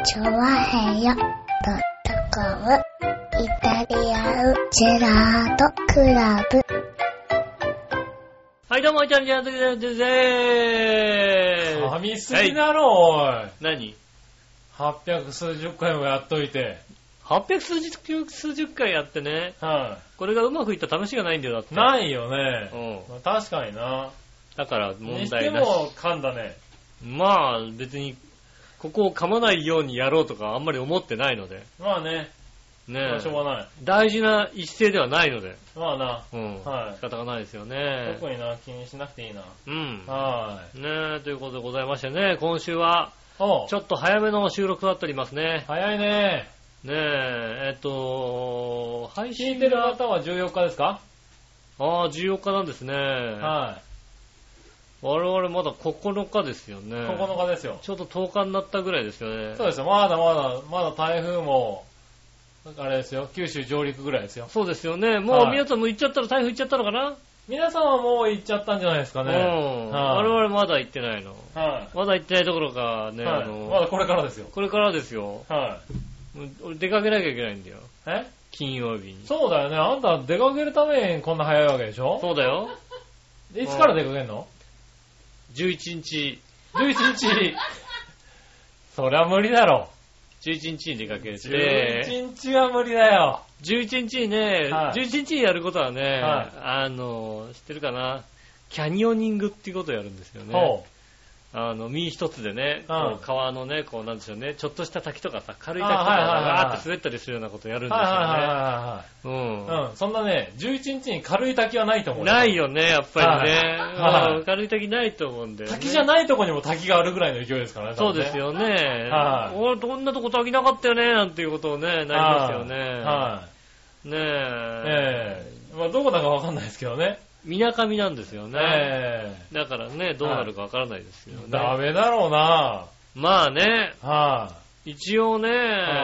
チョワヘヨ.com イタリアンジェラートクラブ。 はい、どうも、イタリアンジェラートでーす。 噛みすぎだろ、おい。 何 ?800数十回もやっといて。 800数十回やってね。 はい、 これがうまくいった試しがないんだよ、だって。 ないよね。 うん。 確かにな。 だから問題なし。 にしても噛んだね。 まあ、別に、ここを噛まないようにやろうとかあんまり思ってないので。 まあね。 ねえ。 しょうがない。 大事な一斉ではないので。 まあな。 うん。 はい。 仕方がないですよね。 特にな、気にしなくていいな。 うん。 はい。 ねえ、ということでございましてね、今週は、ちょょっと早めの収録となっておりますね。 早いね。 ねえ、配信聞いてる方は14日ですか？ ああ、14日なんですね。 はい。 我々まだ9日ですよね。 9日ですよ。 ちょうど10日になったぐらいですよね。 そうですよ。まだ台風も、あれですよ。九州上陸ぐらいですよ。 そうですよね。もう皆さんも行っちゃったら台風行っちゃったのかな？ 皆さんはもう行っちゃったんじゃないですかね。 うん。我々まだ行ってないの。 はい。 まだ行ってないところかね、 はい、まだこれからですよ。 これからですよ。 はい。 俺出かけなきゃいけないんだよ。 え？ 金曜日に。 そうだよね。あんた出かけるためにこんな早いわけでしょ？ そうだよ。 いつから出かけんの ？11日。 11日。そりゃ無理だろ。 11日に出かけて。 11日は無理だよ。 11日にね、 はい、 11日にやることはね、 は知ってるかな？キャニオニングっていうことをやるんですよね。身一つでね、こう川のね、こうなんでしょうね、ちょっとした滝とかさ、軽い滝とかガーって滑ったりするようなことをやるんですよね。 そんなね、11日に軽い滝はないと思う。 ないよね、やっぱりね。軽い滝ないと思うんだよね。 滝じゃないとこにも滝があるぐらいの勢いですからね。 そうですよね。俺、どんなとこ滝なかったよね、なんていうことをね、なりますよね。はい。ねえ。 まあ、どこだかわかんないですけどね。 みなかみなんですよね。だからね、どうなるかわからないですよね。 ダメだろうな。 まあね。一応ね、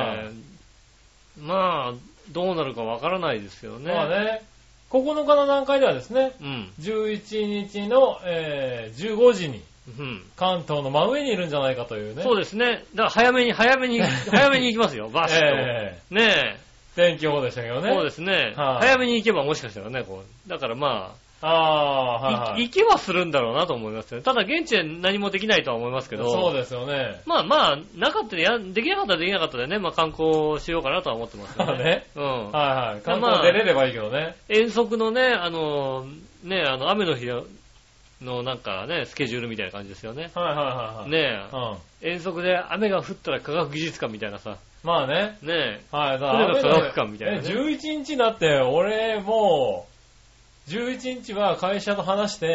まあ、どうなるかわからないですよね。 まあね。9日の段階ではですね、11日の、15時に、関東の真上にいるんじゃないかというね。 そうですね。だから早めに行きますよ、バシッと。ねえ。 天気予報でしたけどね。 そうですね。早めに行けばもしかしたらね、こう。だからまあ、 行けはするんだろうなと思いますよ。ただ現地で何もできないとは思いますけど。 そうですよね。 まあ、なかったでできなかったらできなかったでね、まあ観光しようかなとは思ってますよね。 観光出れればいいけどね。 遠足のね、雨の日のなんかね、スケジュールみたいな感じですよね。ねえ、遠足で雨が降ったら科学技術館みたいなさ。 まあね。 ねえ。 だから。科学館みたいな、ね。 11日だって、俺もう、11日は会社と話して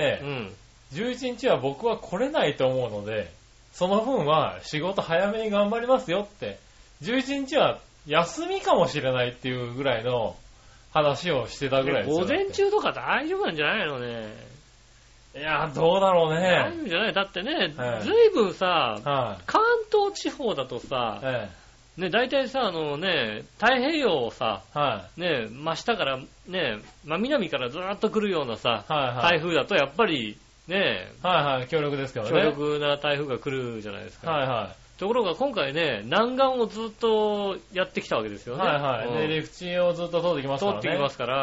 、11日は僕は来れないと思うので、その分は仕事早めに頑張りますよって、11日は休みかもしれないっていうぐらいの話をしてたぐらいですよ。 午前中とか大丈夫なんじゃないのね。 いや、どうだろうね。 大丈夫じゃない。だってね、ずいぶんさ、関東地方だとさ、ね、大体さ、太平洋をさ、ね、真下から、ね、南からずーっと来るようなさ、台風だとやっぱり、ね、 強力ですけどね。 強力な台風が来るじゃないですか。ところが今回ね、南岸をずっとやってきたわけですよね。 陸地をずっと通ってきますからね。 通ってきますから、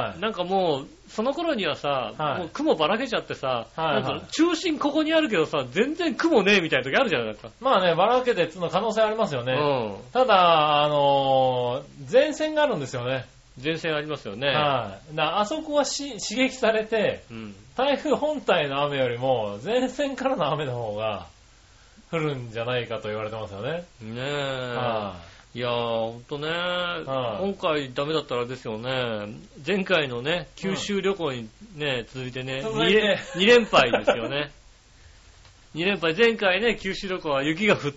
なんかもう、その頃にはさ、もう雲ばらけちゃってさ、中心ここにあるけどさ、全然雲ねえみたいな時あるじゃないですか。 まあね、ばらけてつの可能性ありますよね。ただ、前線があるんですよね。 前線ありますよね。 あそこは刺激されて、台風本体の雨よりも、前線からの雨の方が、降るんじゃないかと言われてますよね。 ねえ。いやー、ほんとね、今回ダメだったらですよね、前回のね、九州旅行にね、続いてね、2連敗ですよね。2連敗、前回ね、九州旅行は雪が降って、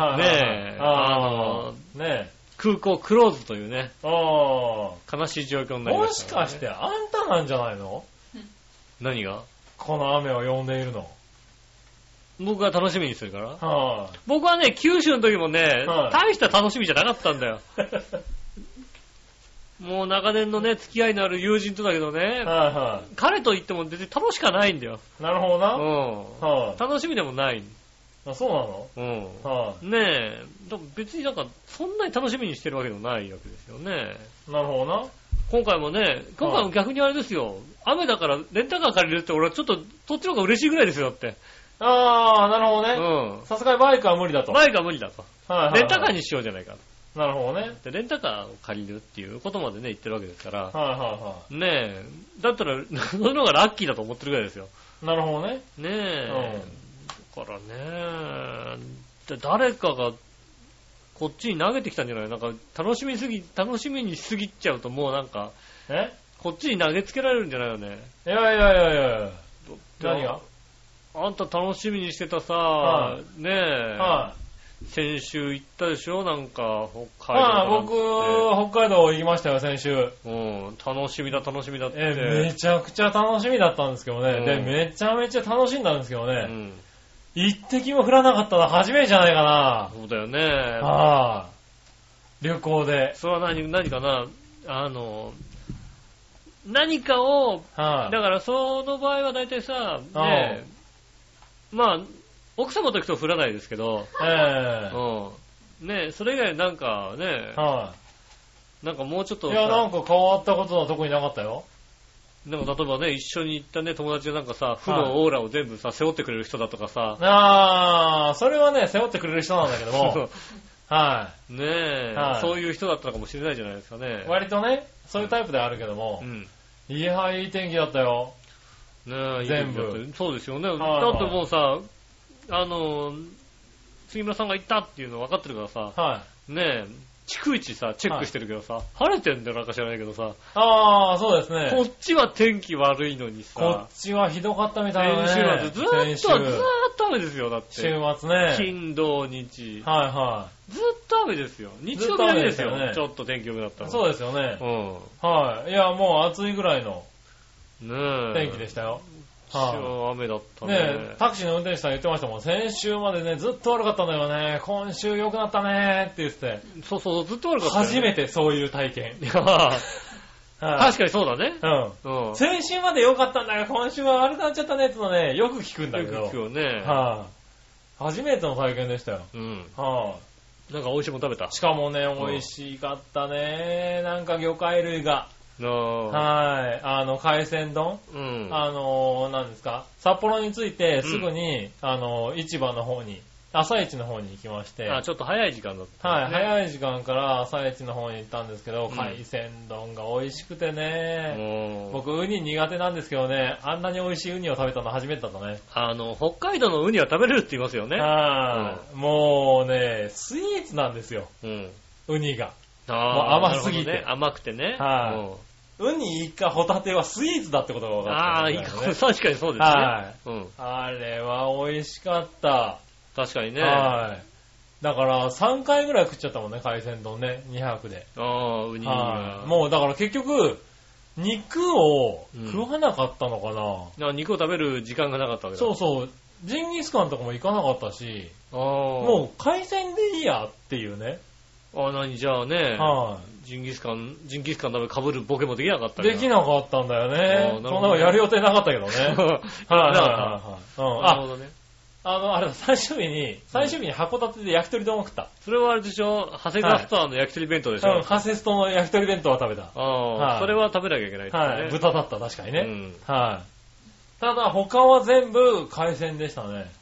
空港クローズというね、悲しい状況になりました、 もしかしてあんたなんじゃないの？ 何が？ この雨を呼んでいるの。 僕が楽しみにするから。僕はね、九州の時もね、大した楽しみじゃなかったんだよ。もう長年のね、付き合いのある友人とだけどね、彼と言っても別に楽しかないんだよ。 なるほどな。 楽しみでもない。 あ、そうなの？ うん。はあ、ねえ、別になんか、そんなに楽しみにしてるわけでもないわけですよね。 なるほどな。 今回も逆にあれですよ。雨だからレンタカー借りるって俺はちょっと、そっちの方が嬉しいぐらいですよ、だって。 ああ、なるほどね。うん。さすがにバイクは無理だと。 バイクは無理だと。 はいはいはい、 レンタカーにしようじゃないか。 なるほどね。 で、レンタカーを借りるっていうことまでね、言ってるわけですから。 はいはいはい。 ねえ。だったら、その方がラッキーだと思ってるぐらいですよ。 なるほどね。 ねえ。うん。だからね、誰かが、こっちに投げてきたんじゃない？なんか、楽しみにしすぎちゃうともうなんか、こっちに投げつけられるんじゃないよね。 いや。何が？ あんた楽しみにしてたさ、ねえ。先週行ったでしょなんか、北海道。 僕、北海道行きましたよ、先週。 うん、楽しみだって。 めちゃくちゃ楽しみだったんですけどね。で、めちゃめちゃ楽しんだんですけどね。一滴も降らなかったの初めてじゃないかな。 そうだよね。 旅行で。 それは何かな何かを、だからその場合は大体さ、ね、まあ、奥様と行くと降らないですけど、ね、それ以外なんかね、なんかもうちょっと。 いや、なんか変わったことは特になかったよ。 なんか例えばね、一緒に行ったね、友達がなんかさ、負のオーラを全部さ、背負ってくれる人だとかさ。 それはね、背負ってくれる人なんだけども。 ねえ、そういう人だったのかもしれないじゃないですかね。 割とね、そういうタイプではあるけども。いや、いい天気だったよ。 ねえ、全部。そうですよね。だってもうさ、杉村さんが行ったっていうの分かってるからさ、ねえ、逐一さ、チェックしてるけどさ、晴れてんだよなんか知らないけどさ。 そうですね。 こっちは天気悪いのにさ。 こっちはひどかったみたいなね。 先週末ずーっと雨ですよ、だって。 週末ね。 金土日。ずっと雨ですよ。日曜日だけですよ。ちょっと天気良くなったの。 そうですよね。いや、もう暑いぐらいの天気でしたよ。 雨だったね。 タクシーの運転手さん言ってましたもん。先週までね、ずっと悪かったんだよね。今週良くなったねって言ってて。 そう、ずっと悪かった。 初めてそういう体験。 確かにそうだね。 先週まで良かったんだよ。今週は悪くなっちゃったねってのね、よく聞くんだけど。 よく聞くよね。 初めての体験でしたよ。 なんか美味しいもの食べた？ しかもね、美味しかったね。なんか魚介類が。海鮮丼、何ですか、札幌に着いてすぐに、市場の方に、朝市の方に行きまして。 ちょっと早い時間だった、 ね。早い時間から朝市の方に行ったんですけど、海鮮丼が美味しくてね。僕、ウニ苦手なんですけどね、あんなに美味しいウニを食べたの初めてだったね。 北海道のウニは食べれるって言いますよね。 もうね、スイーツなんですよ。ウニが。もう甘すぎて。 甘くてね。 ウニ、イカ、ホタテはスイーツだってことが分かった、ね。 確かにそうですね。 あれは美味しかった。 確かにね。 だから3回ぐらい食っちゃったもんね、海鮮丼ね、2泊で。 ウニ。 もうだから結局、肉を食わなかったのかな。 肉を食べる時間がなかったわけだ。 そう。ジンギスカンとかも行かなかったし、もう海鮮でいいやっていうね。 じゃあね。ジンギスカン食べ被るボケもできなかったできなかったんだよね。そんなのやる予定なかったけどね。なるほどね。あれ、最終日に函館で焼き鳥丼を食った。 それはあれでしょ、長谷川ストアの焼き鳥弁当でしょ。 長谷ストの焼き鳥弁当は食べた。 それは食べなきゃいけない。 豚だった、確かにね。ただ、他は全部海鮮でしたね。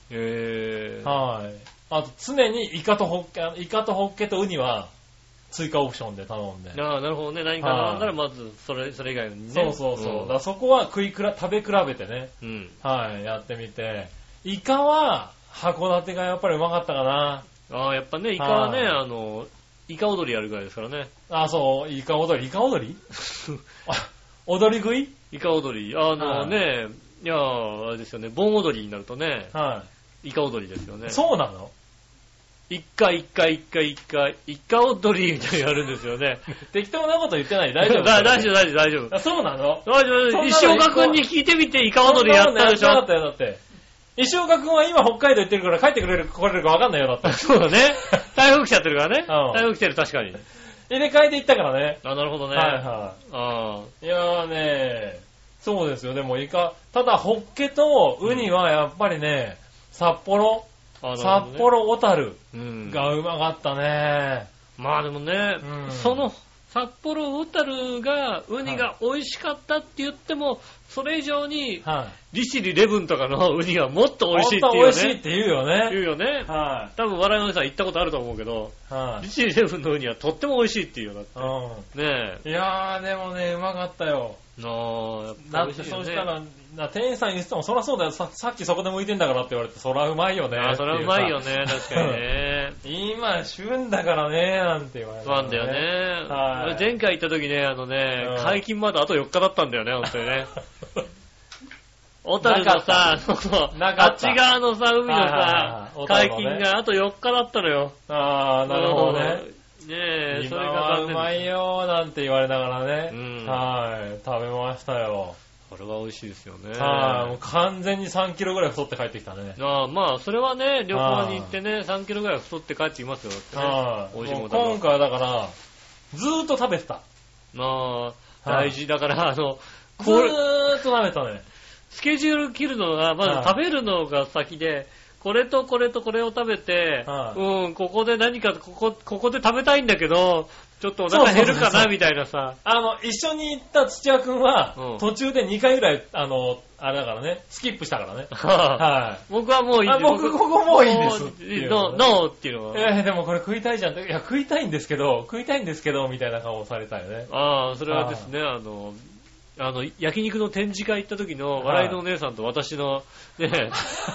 あと、常にイカとホッケとウニは、追加オプションで頼んで。 なるほどね。何か頼んだらまずそれ以外にね。 そう。だからそこは食べ比べてね。やってみて。イカは函館がやっぱりうまかったかな。 やっぱね、イカはね、イカ踊りやるぐらいですからね。 そう、イカ踊り踊り食いイカ踊り。ね、いや、あれですよね、盆踊りになるとね、イカ踊りですよね。 そうなの？ 一回、イカ踊りみたいにやるんですよね。 適当なこと言ってない？大丈夫？ 大丈夫。 そうなの？ 大丈夫。石岡くんに聞いてみて、イカ踊りやったでしょ？ だったよ、だって。石岡くんは今北海道行ってるから帰って来れるか分かんないよ、だって。 そうだね。台風来ちゃってるからね。台風来てる、確かに。 入れ替えて行ったからね。 なるほどね。 いやーね、そうですよ、でもイカ、ただホッケとウニはやっぱりね、札幌札幌小樽がうまかったね。 まあでもね、その札幌小樽がウニが美味しかったって言っても、それ以上に、利尻レブンとかのウニはもっと美味しいっていうね。 もっと美味しいって言うよね。 言うよね。多分笑いのおじさん行ったことあると思うけど、利尻レブンのウニはとっても美味しいっていうよ。だって。ねえ。いやーでもね、うまかったよ。だってそうしたら、店員さん言ってたもん、そらそうだよ、さっきそこで向いてんだからって言われて、そらうまいよね。 そらうまいよね、確かにね。 今、旬だからね、なんて言われて、 そうなんだよね。前回行った時ね、解禁まであと4日だったんだよね、本当にね。小樽のさ、あっち側のさ、海のさ、解禁があと4日だったのよ。 なるほどね。 ねえ、 それがうまいよなんて言われながらね。食べましたよ。 これは美味しいですよね。 もう完全に3キロぐらい太って帰ってきたね。 まあ、それはね、旅行に行ってね、3キロぐらい太って帰ってきますよ。 美味しいもの。今回はだから、ずーっと食べてた。 大事。だから、 ずーっと食べたね。 スケジュール切るのが、まず食べるのが先で、これとこれとこれを食べて、ここで何か、ここで食べたいんだけど、ちょっとお腹減るかなみたいなさ。 一緒に行った土屋くんは、途中で2回ぐらい、あれだからね、スキップしたからね。 僕はもういいです。 僕ここもういいです。 ノーっていうのは。 でもこれ食いたいじゃん。いや、食いたいんですけど、みたいな顔をされたよね。 それはですね、焼肉の展示会行った時の笑いのお姉さんと私の、ね、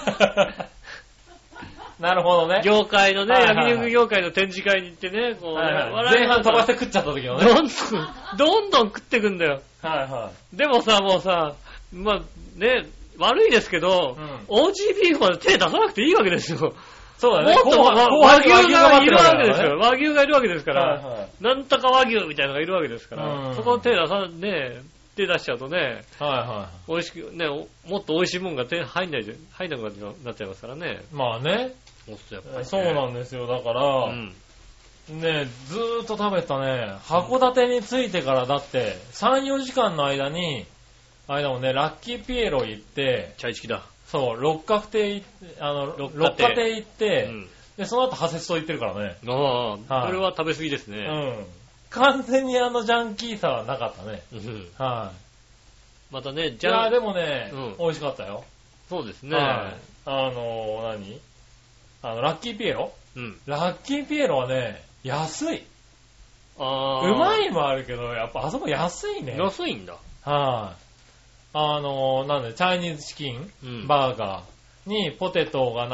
なるほどね。 業界のね、焼肉業界の展示会に行ってね、こう、 前半飛ばして食っちゃった時のね。 どんどん食ってくんだよ。でもさ、もうさ、まあね、悪いですけど、オージービーフまで手出さなくていいわけですよ。 そうだね。 もっと和牛がいるわけですよ。和牛がいるわけですから、なんとか和牛みたいなのがいるわけですから、そこを手出しちゃうとね、美味しく、ね、もっと美味しいもんが手入んなくなっちゃいますからね。 まあね。そうなんですよ。だから、ね、ずーっと食べたね、函館に着いてからだって、3、4時間の間もね、ラッキーピエロ行って、 チャイチキだ。 そう、六花亭行って、で、その後、ハセスト行ってるからね。 これは食べ過ぎですね。 完全にジャンキーさはなかったね。 またね、 いや、でもね、美味しかったよ。 そうですね。 ラッキーピエロ？ラッキーピエロはね、安い。うまいもあるけど、やっぱあそこ安いね。 安いんだ。 チャイニーズチキン、バーガーにポテトが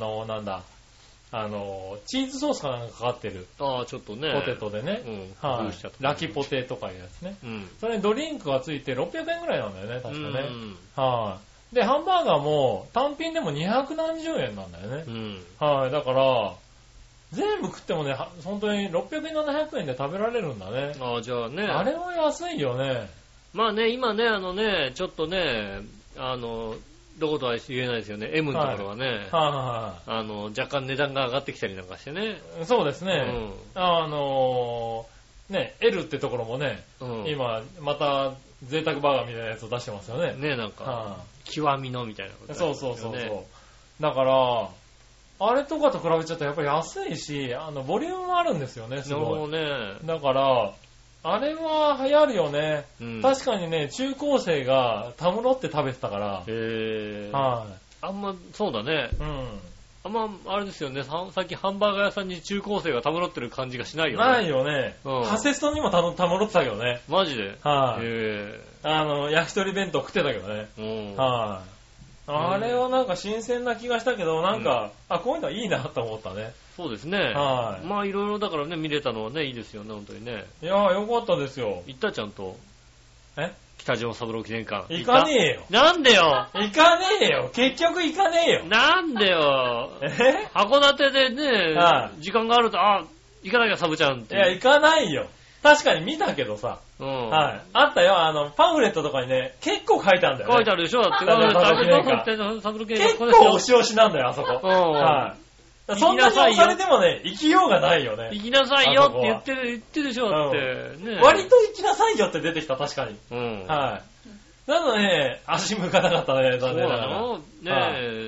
チーズソースかなんかかかってる。 ちょっとね。 ポテトでね。ラキポテとかいうやつね。それにドリンクがついて600円ぐらいなんだよね、確かね。で、ハンバーガーも単品でも200何十円なんだよね。だから、全部食ってもね、本当に600円、700円で食べられるんだね。 じゃあね。 あれは安いよね。 まあね、今ね、ちょっとね、どことは言えないですよね。M のところはね。若干値段が上がってきたりなんかしてね。 そうですね。L ってところもね、今、また、贅沢バーガーみたいなやつを出してますよね。 ね、なんか、極みのみたいなこと、 ね。そう。だから、あれとかと比べちゃったらやっぱり安いし、ボリュームもあるんですよね、すごい。だから、あれは流行るよね。確かにね、中高生がたむろって食べてたから。 あんま、そうだね。あんま、あれですよね、さっきハンバーガー屋さんに中高生がたむろってる感じがしないよね。 ないよね。ハセストにもたむろってたけどね。 マジで？ 焼き鳥弁当食ってたけどね。あれはなんか新鮮な気がしたけど、なんか、こういうのいいなと思ったね。 そうですね。まあいろいろだからね、見れたのはね、いいですよね、本当にね。 いやー、よかったですよ。 行ったちゃんと。北島三郎記念館。 行かねえよ。 なんでよ。 行かねえよ。結局行かねえよ。 なんでよ。函館でね、時間があると、行かなきゃサブちゃんって。 いや、行かないよ。確かに見たけどさ。あったよ。パンフレットとかにね、結構書いてあるんだよね。 書いてあるでしょ。だって、 結構押し押しなんだよ、あそこ。そんなに押されてもね、行きようがないよね。 行きなさいよって言ってるでしょ、って。 割と行きなさいよって出てきた、確かに。なのでね、足向かなかったね、残念ながら。 ねえ、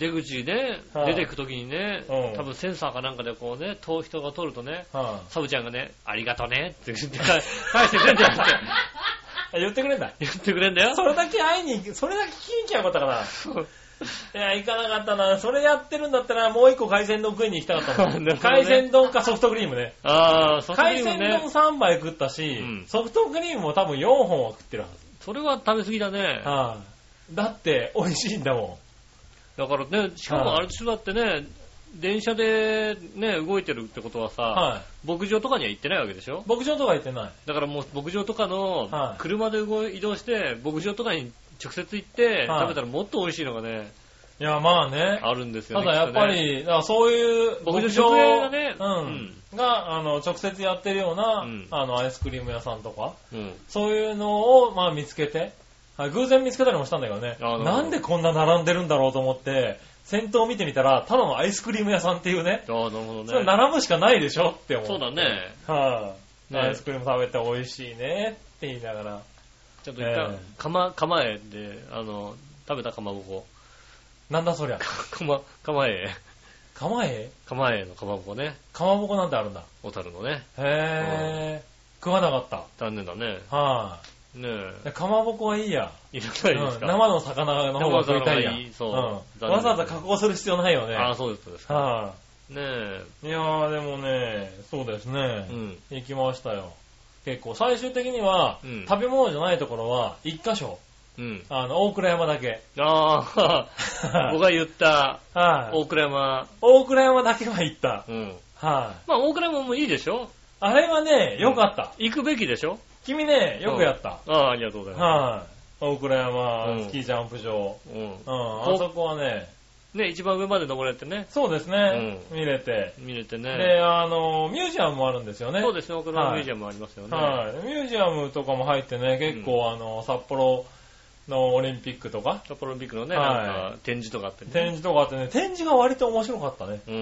出口で、出てくときにね、多分センサーかなんかでこうね、人が通るとね、サブちゃんがね、ありがとねって言って返してくれんだよって。 言ってくれんだ。 言ってくれんだよ。 それだけそれだけ聞きに来やがったから。いや、行かなかったな。それやってるんだったらもう一個海鮮丼食いに行きたかったもん。海鮮丼かソフトクリームね。 ソフトクリームね。 海鮮丼3杯食ったし、ソフトクリームも多分4本は食ってるはず。 それは食べ過ぎだね。 だって美味しいんだもん。だからね、しかもあれでしょ、だってね、電車でね、動いてるってことはさ、牧場とかには行ってないわけでしょ？ 牧場とか行ってない。 だからもう牧場とかの車で移動して牧場とかに直接行って食べたらもっと美味しいのがね、 いやまあね、 あるんですよね。 ただやっぱり、そういう牧場がね、 が直接やってるような、アイスクリーム屋さんとか、そういうのをまあ見つけて、偶然見つけたりもしたんだけどね、なんでこんな並んでるんだろうと思って。先頭を見てみたら、ただのアイスクリーム屋さんっていうね。 なるほどね。 それ並ぶしかないでしょって思う。 そうだね。 アイスクリーム食べて美味しいねって言いながら。 ちょっと一旦、構えで、食べたかまぼこ。 なんだそりゃ。 構えのかまぼこね。 かまぼこなんてあるんだ。 小樽のね。 食わなかった。 残念だね。ねえ。かまぼこはいいや。 いらないですか？ 生の魚の方が食いたいや。わざわざ加工する必要ないよね。 そうです。ねえ。 いやー、でもね、そうですね。行きましたよ。結構、最終的には、食べ物じゃないところは、一箇所。大倉山だけ。 僕が言った、大倉山。 大倉山だけは行った。 まあ、大倉山もいいでしょ？ あれはね、良かった。 行くべきでしょ？ 君ね、よくやった。 ありがとうございます。 大倉山、スキージャンプ場。あそこはね、 一番上まで登れてね。 そうですね。見れてね。で、ミュージアムもあるんですよね。 そうですね、大倉山ミュージアムもありますよね。 ミュージアムとかも入ってね、結構札幌のオリンピックとか。 札幌オリンピックのね、なんか展示とかあってね。 展示とかあってね、展示が割と面白かったね。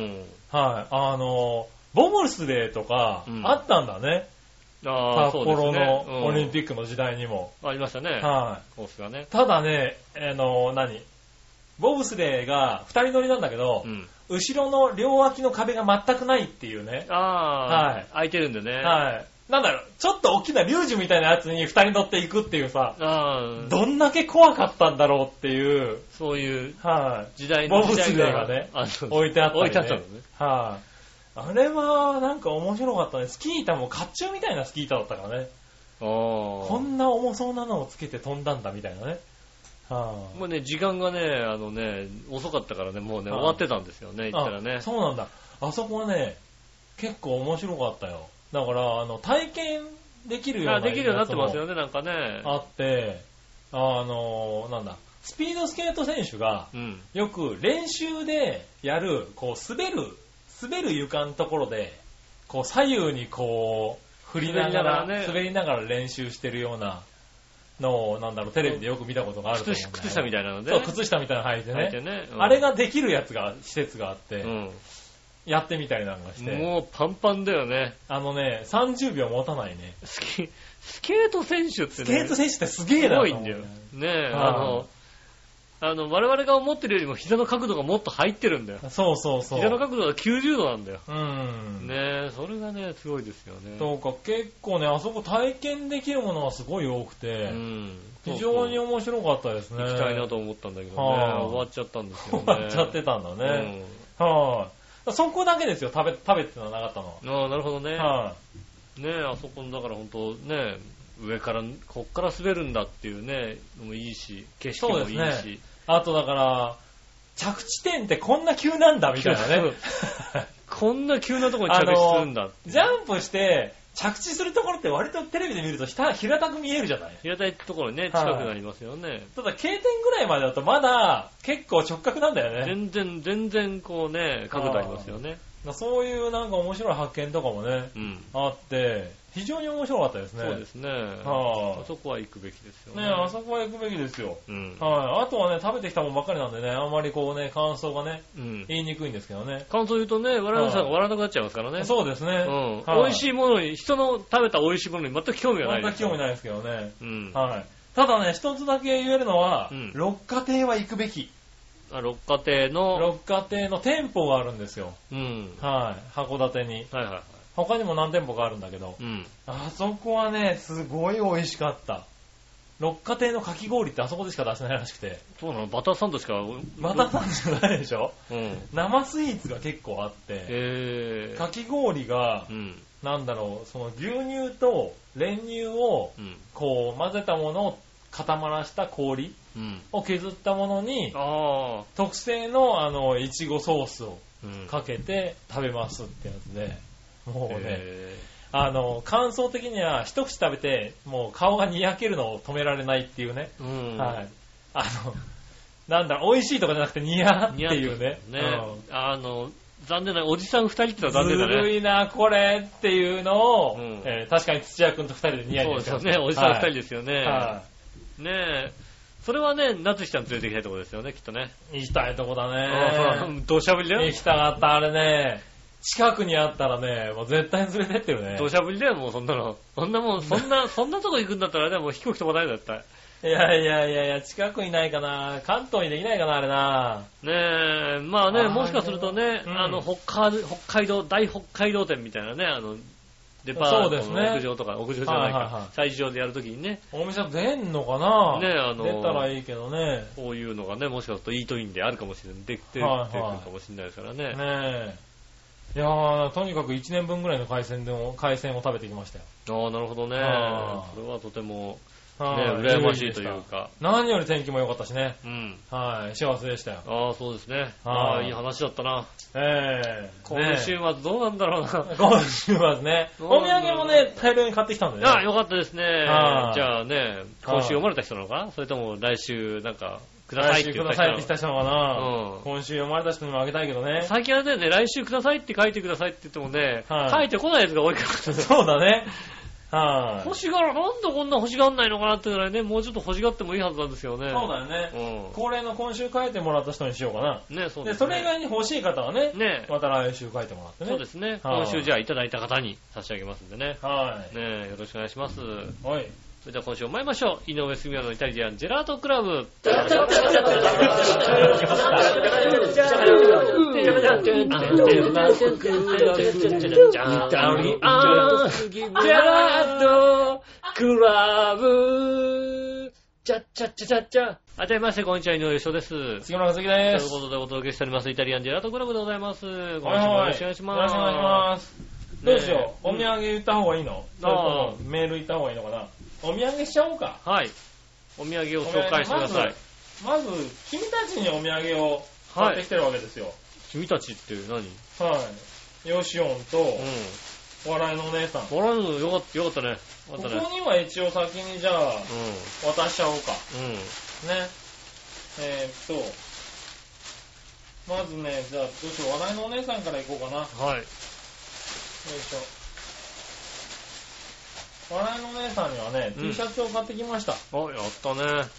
ボブスレーとか、あったんだね。札幌のオリンピックの時代にも。 ありましたね。コースがね。 ただね、ボブスレーが2人乗りなんだけど、後ろの両脇の壁が全くないっていうね。 空いてるんでね。 なんだろう、ちょっと大きなリュージュみたいなやつに2人乗っていくっていうさ、どんだけ怖かったんだろうっていう。 そういう時代のボブスレーがね、置いてあったりね。 置いてあったのね。 あれはなんか面白かったね。スキー板も甲冑みたいなスキー板だったからね。こんな重そうなのをつけて飛んだんだみたいなね。 もうね、時間がね、遅かったからね、もうね、終わってたんですよね、言ったらね。 そうなんだ。あそこはね、結構面白かったよ。だから、体験できるようなできるようになってますよね、なんかね。 あって、なんだ、スピードスケート選手が、よく練習でやる、こう、滑る床のところで、こう左右にこう振りながら、滑りながら練習してるようなのを、なんだろう、テレビでよく見たことがあると思うんだよ。 靴下みたいなので。 そう、靴下みたいなの履いてね。あれができる施設があって、やってみたりなんかして。 もうパンパンだよね。 30秒持たないね。 スケート選手ってね。 スケート選手ってすげえな。 すごいんだよ。ね我々が思ってるよりも膝の角度がもっと入ってるんだよ。 そう。 膝の角度が90度なんだよ。ねそれがね、すごいですよね。 そうか、結構ね、あそこ体験できるものがすごい多くて、非常に面白かったですね。 行きたいなと思ったんだけどね、終わっちゃったんですよね。 終わっちゃってたんだね。そこだけですよ、食べてなかったの。 なるほどね。ねあそこの、だから本当ね、上から、こっから滑るんだっていうね、のもいいし、景色もいいし。 あとだから、着地点ってこんな急なんだみたいなね。 こんな急なところに着地するんだ。 ジャンプして、着地するところって割とテレビで見ると平たく見えるじゃない？ 平たいところにね、近くなりますよね。 ただ、K 点ぐらいまでだとまだ結構直角なんだよね。 全然こうね、角度ありますよね。 そういうなんか面白い発見とかもね、あって、非常に面白かったですね。 そうですね。あそこは行くべきですよね。 あそこは行くべきですよ。あとはね、食べてきたもんばっかりなんでね、あんまりこうね、感想がね、言いにくいんですけどね。 感想言うとね、我々さんが笑わなくなっちゃいますからね。 そうですね。 美味しいものに、人の食べた美味しいものに全く興味がないです。 全く興味ないですけどね。ただね、一つだけ言えるのは、六花亭は行くべき。 六花亭の店舗があるんですよ。 うん。 はい。函館に。 はいはい。 他にも何店舗かあるんだけど。うん。あそこはね、すごい美味しかった。六花亭のかき氷ってあそこでしか出せないらしくて。 そうなの？バターサンドしか。 バターサンドじゃないでしょ？うん。生スイーツが結構あって。かき氷が、うん、なんだろう、その牛乳と練乳を、こう混ぜたものを固まらした氷を削ったものに、特製のいちごソースをかけて食べますってやつで、もうね、感想的には一口食べて、もう顔がにやけるのを止められないっていうね。はい。なんだろう、美味しいとかじゃなくてニヤっていうね。 ね、残念な、おじさん二人ってのは残念だね。 ずるいな、これっていうのを、確かに土屋くんと二人でニヤニヤしてます。 そうですよね、おじさん二人ですよね。はい。ねえ。それはね、夏日ちゃん連れて行きたいところですよね、きっとね。 行きたいとこだね。 土砂降りだよ。 行きたかった、あれね。近くにあったらね、もう絶対に連れてってるね。 土砂降りだよ、もうそんなの。そんなもん、そんなとこ行くんだったらね、もう飛行機飛ばないよ、絶対。 いや、近くにないかな。関東にできないかな、あれな。 ねえ、まあね、もしかするとね、北海道、大北海道店みたいなね、デパートの屋上とか、屋上じゃないか、催事場でやるときにね。 お店出んのかなね、 出たらいいけどね。 こういうのがね、もしかするとイートインであるかもしれない。できてるかもしれないですからね。 ねえ。いやー、とにかく1年分ぐらいの海鮮を食べてきましたよ。 ああ、なるほどね。それはとても、ね、羨ましいというか。 何より天気も良かったしね。うん。はい、幸せでしたよ。 ああ、そうですね。ああ、いい話だったな。今週末どうなんだろうな。 今週末ね。お土産もね、大量に買ってきたんでね。 ああ、よかったですね。じゃあね、今週読まれた人なのかな？それとも来週なんか、くださいって言った人なのかな？ 来週くださいって言った人なのかな？今週読まれた人にもあげたいけどね。 最近はね、来週くださいって書いてくださいって言ってもね、書いてこないやつが多いから。 そうだね。 欲しがら、なんでこんな欲しがんないのかなってぐらいね、もうちょっと欲しがってもいいはずなんですよね。 そうだよね。恒例の今週書いてもらった人にしようかな。ね、そうですね。で、それ以外に欲しい方はね、また来週書いてもらってね。 そうですね。今週じゃあいただいた方に差し上げますんでね。はい。ね、よろしくお願いします。はい。それでは今週も参りましょう。井上杉村のイタリアンジェラートクラブ。あたりまして、こんにちは、井上翔です。 杉村和樹です。 ということでお届けしております、イタリアンジェラートクラブでございます。今週もよろしくお願いします。よろしくお願いします。 どうしよう。お土産言った方がいいの？それともメール言った方がいいのかな？お土産しちゃおうか。 はい。お土産を紹介してください。 まず、君たちにお土産を買ってきてるわけですよ。 君たちって何？ はい。ヨシオンと、笑いのお姉さん。 笑いのよかったね。 ここには一応先にじゃあ、渡しちゃおうか。ね。まずね、じゃあ、どうしよう。笑いのお姉さんから行こうかな。はい。よいしょ。笑いのお姉さんにはね、T シャツを買ってきました。 あ、やったね。はい。もう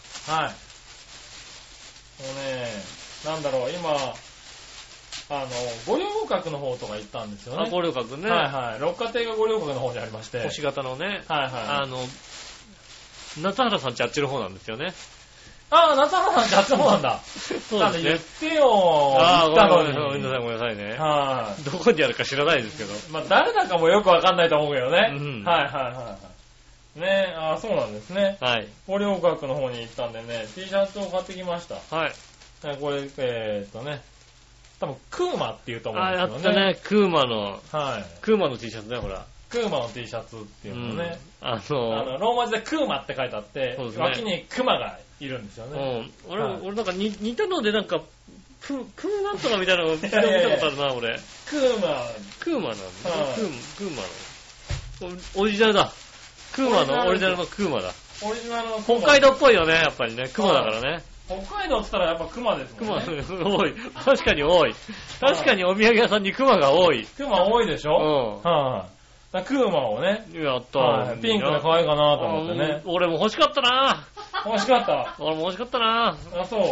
ね、なんだろう、今、五稜郭の方とか行ったんですよね。 五稜郭ね。 はいはい。六花亭が五稜郭の方にありまして。 星型のね。はいはい。夏原さんちあっちの方なんですよね。 ああ、夏原さんちあっちの方なんだ。そうですね。言ってよ。 ああ、ごめんなさいね。はい。どこにあるか知らないですけど。 まあ、誰だかもよくわかんないと思うけどね。はいはいはい。ねああ、そうなんですね。はい。五稜郭の方に行ったんでね、T シャツを買ってきました。はい。これ、ね。多分、クーマって言うと思うんですけどね。 あ、やったね。クーマの。はい。クーマの T シャツね、ほら。 クーマの T シャツっていうのね。ローマ字でクーマって書いてあって、脇にクマがいるんですよね。 俺なんか似たのでなんか、クーなんとかみたいなの見たことあるな、俺。 クーマなんだ。 クーマの。オリジナルだ。クーマの、オリジナルのクーマだ。 オリジナルの北海道っぽいよね、やっぱりね。クマだからね。 北海道って言ったらやっぱクマですもんね。 クマ多い。確かに多い。確かにお土産屋さんにクマが多い。 クマ多いでしょ？うん。はい。クーマをね。 やった。 ピンクで可愛いかなと思ってね。 俺も欲しかったな。 欲しかった。 俺も欲しかったな。 あ、そう。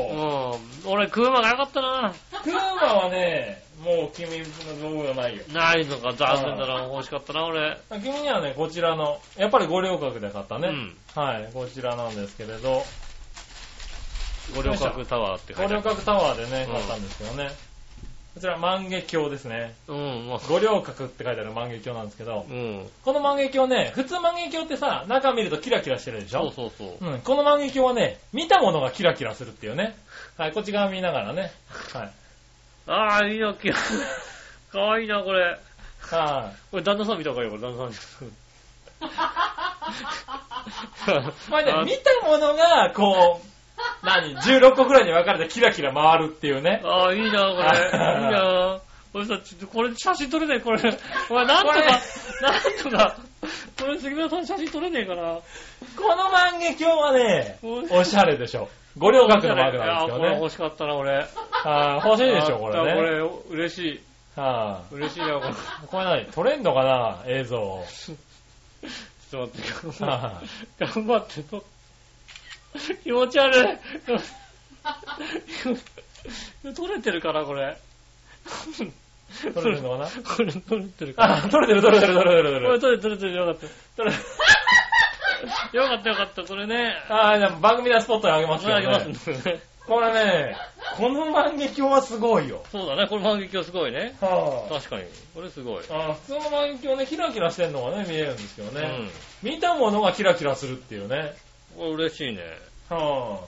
俺クーマが良かったな。 クーマはね、もう君の道具がないよ。 ないのか、残念だな。欲しかったな、俺。 君にはね、こちらの、やっぱり五稜郭で買ったね。はい、こちらなんですけれど。 五稜郭タワーって書いてある。 五稜郭タワーでね、買ったんですけどね。こちら万華鏡ですね。五稜郭って書いてある万華鏡なんですけど、この万華鏡ね、普通万華鏡ってさ、中見るとキラキラしてるでしょ？ そう。 この万華鏡はね、見たものがキラキラするっていうね。はい、こっち側見ながらね。はい。 ああ、いいな、かわいいな、これ。 はい。 これ旦那さん見た方がいいよ、これ旦那さん。 まあね、見たものが、こう、16個くらいに分かれてキラキラ回るっていうね。 ああ、いいな、これ。いいな。これさ、これ写真撮れねえ、これ。お前、なんとか、これ杉村さん写真撮れねえかな。 この万華鏡はね、おしゃれでしょ。五稜郭のマークなんですよね。 これ欲しかったな、俺。 欲しいでしょ、これね。 これ、嬉しい。嬉しいな、これ。 これ何撮れんのかな、映像。 ちょっと待って、頑張ってと。気持ち悪い。撮れてるかな、これ。 撮れてるのかな？ これ撮れてるかな。 撮れてる。これ撮れてる、よかった。よかった、これね。 番組でスポットにあげますよね。 あげますね。 これね、この万華鏡はすごいよ。 そうだね、これ万華鏡すごいね。確かに。これすごい。 普通の万華鏡ね、キラキラしてんのがね、見えるんですけどね。見たものがキラキラするっていうね。 これ嬉しいね。よ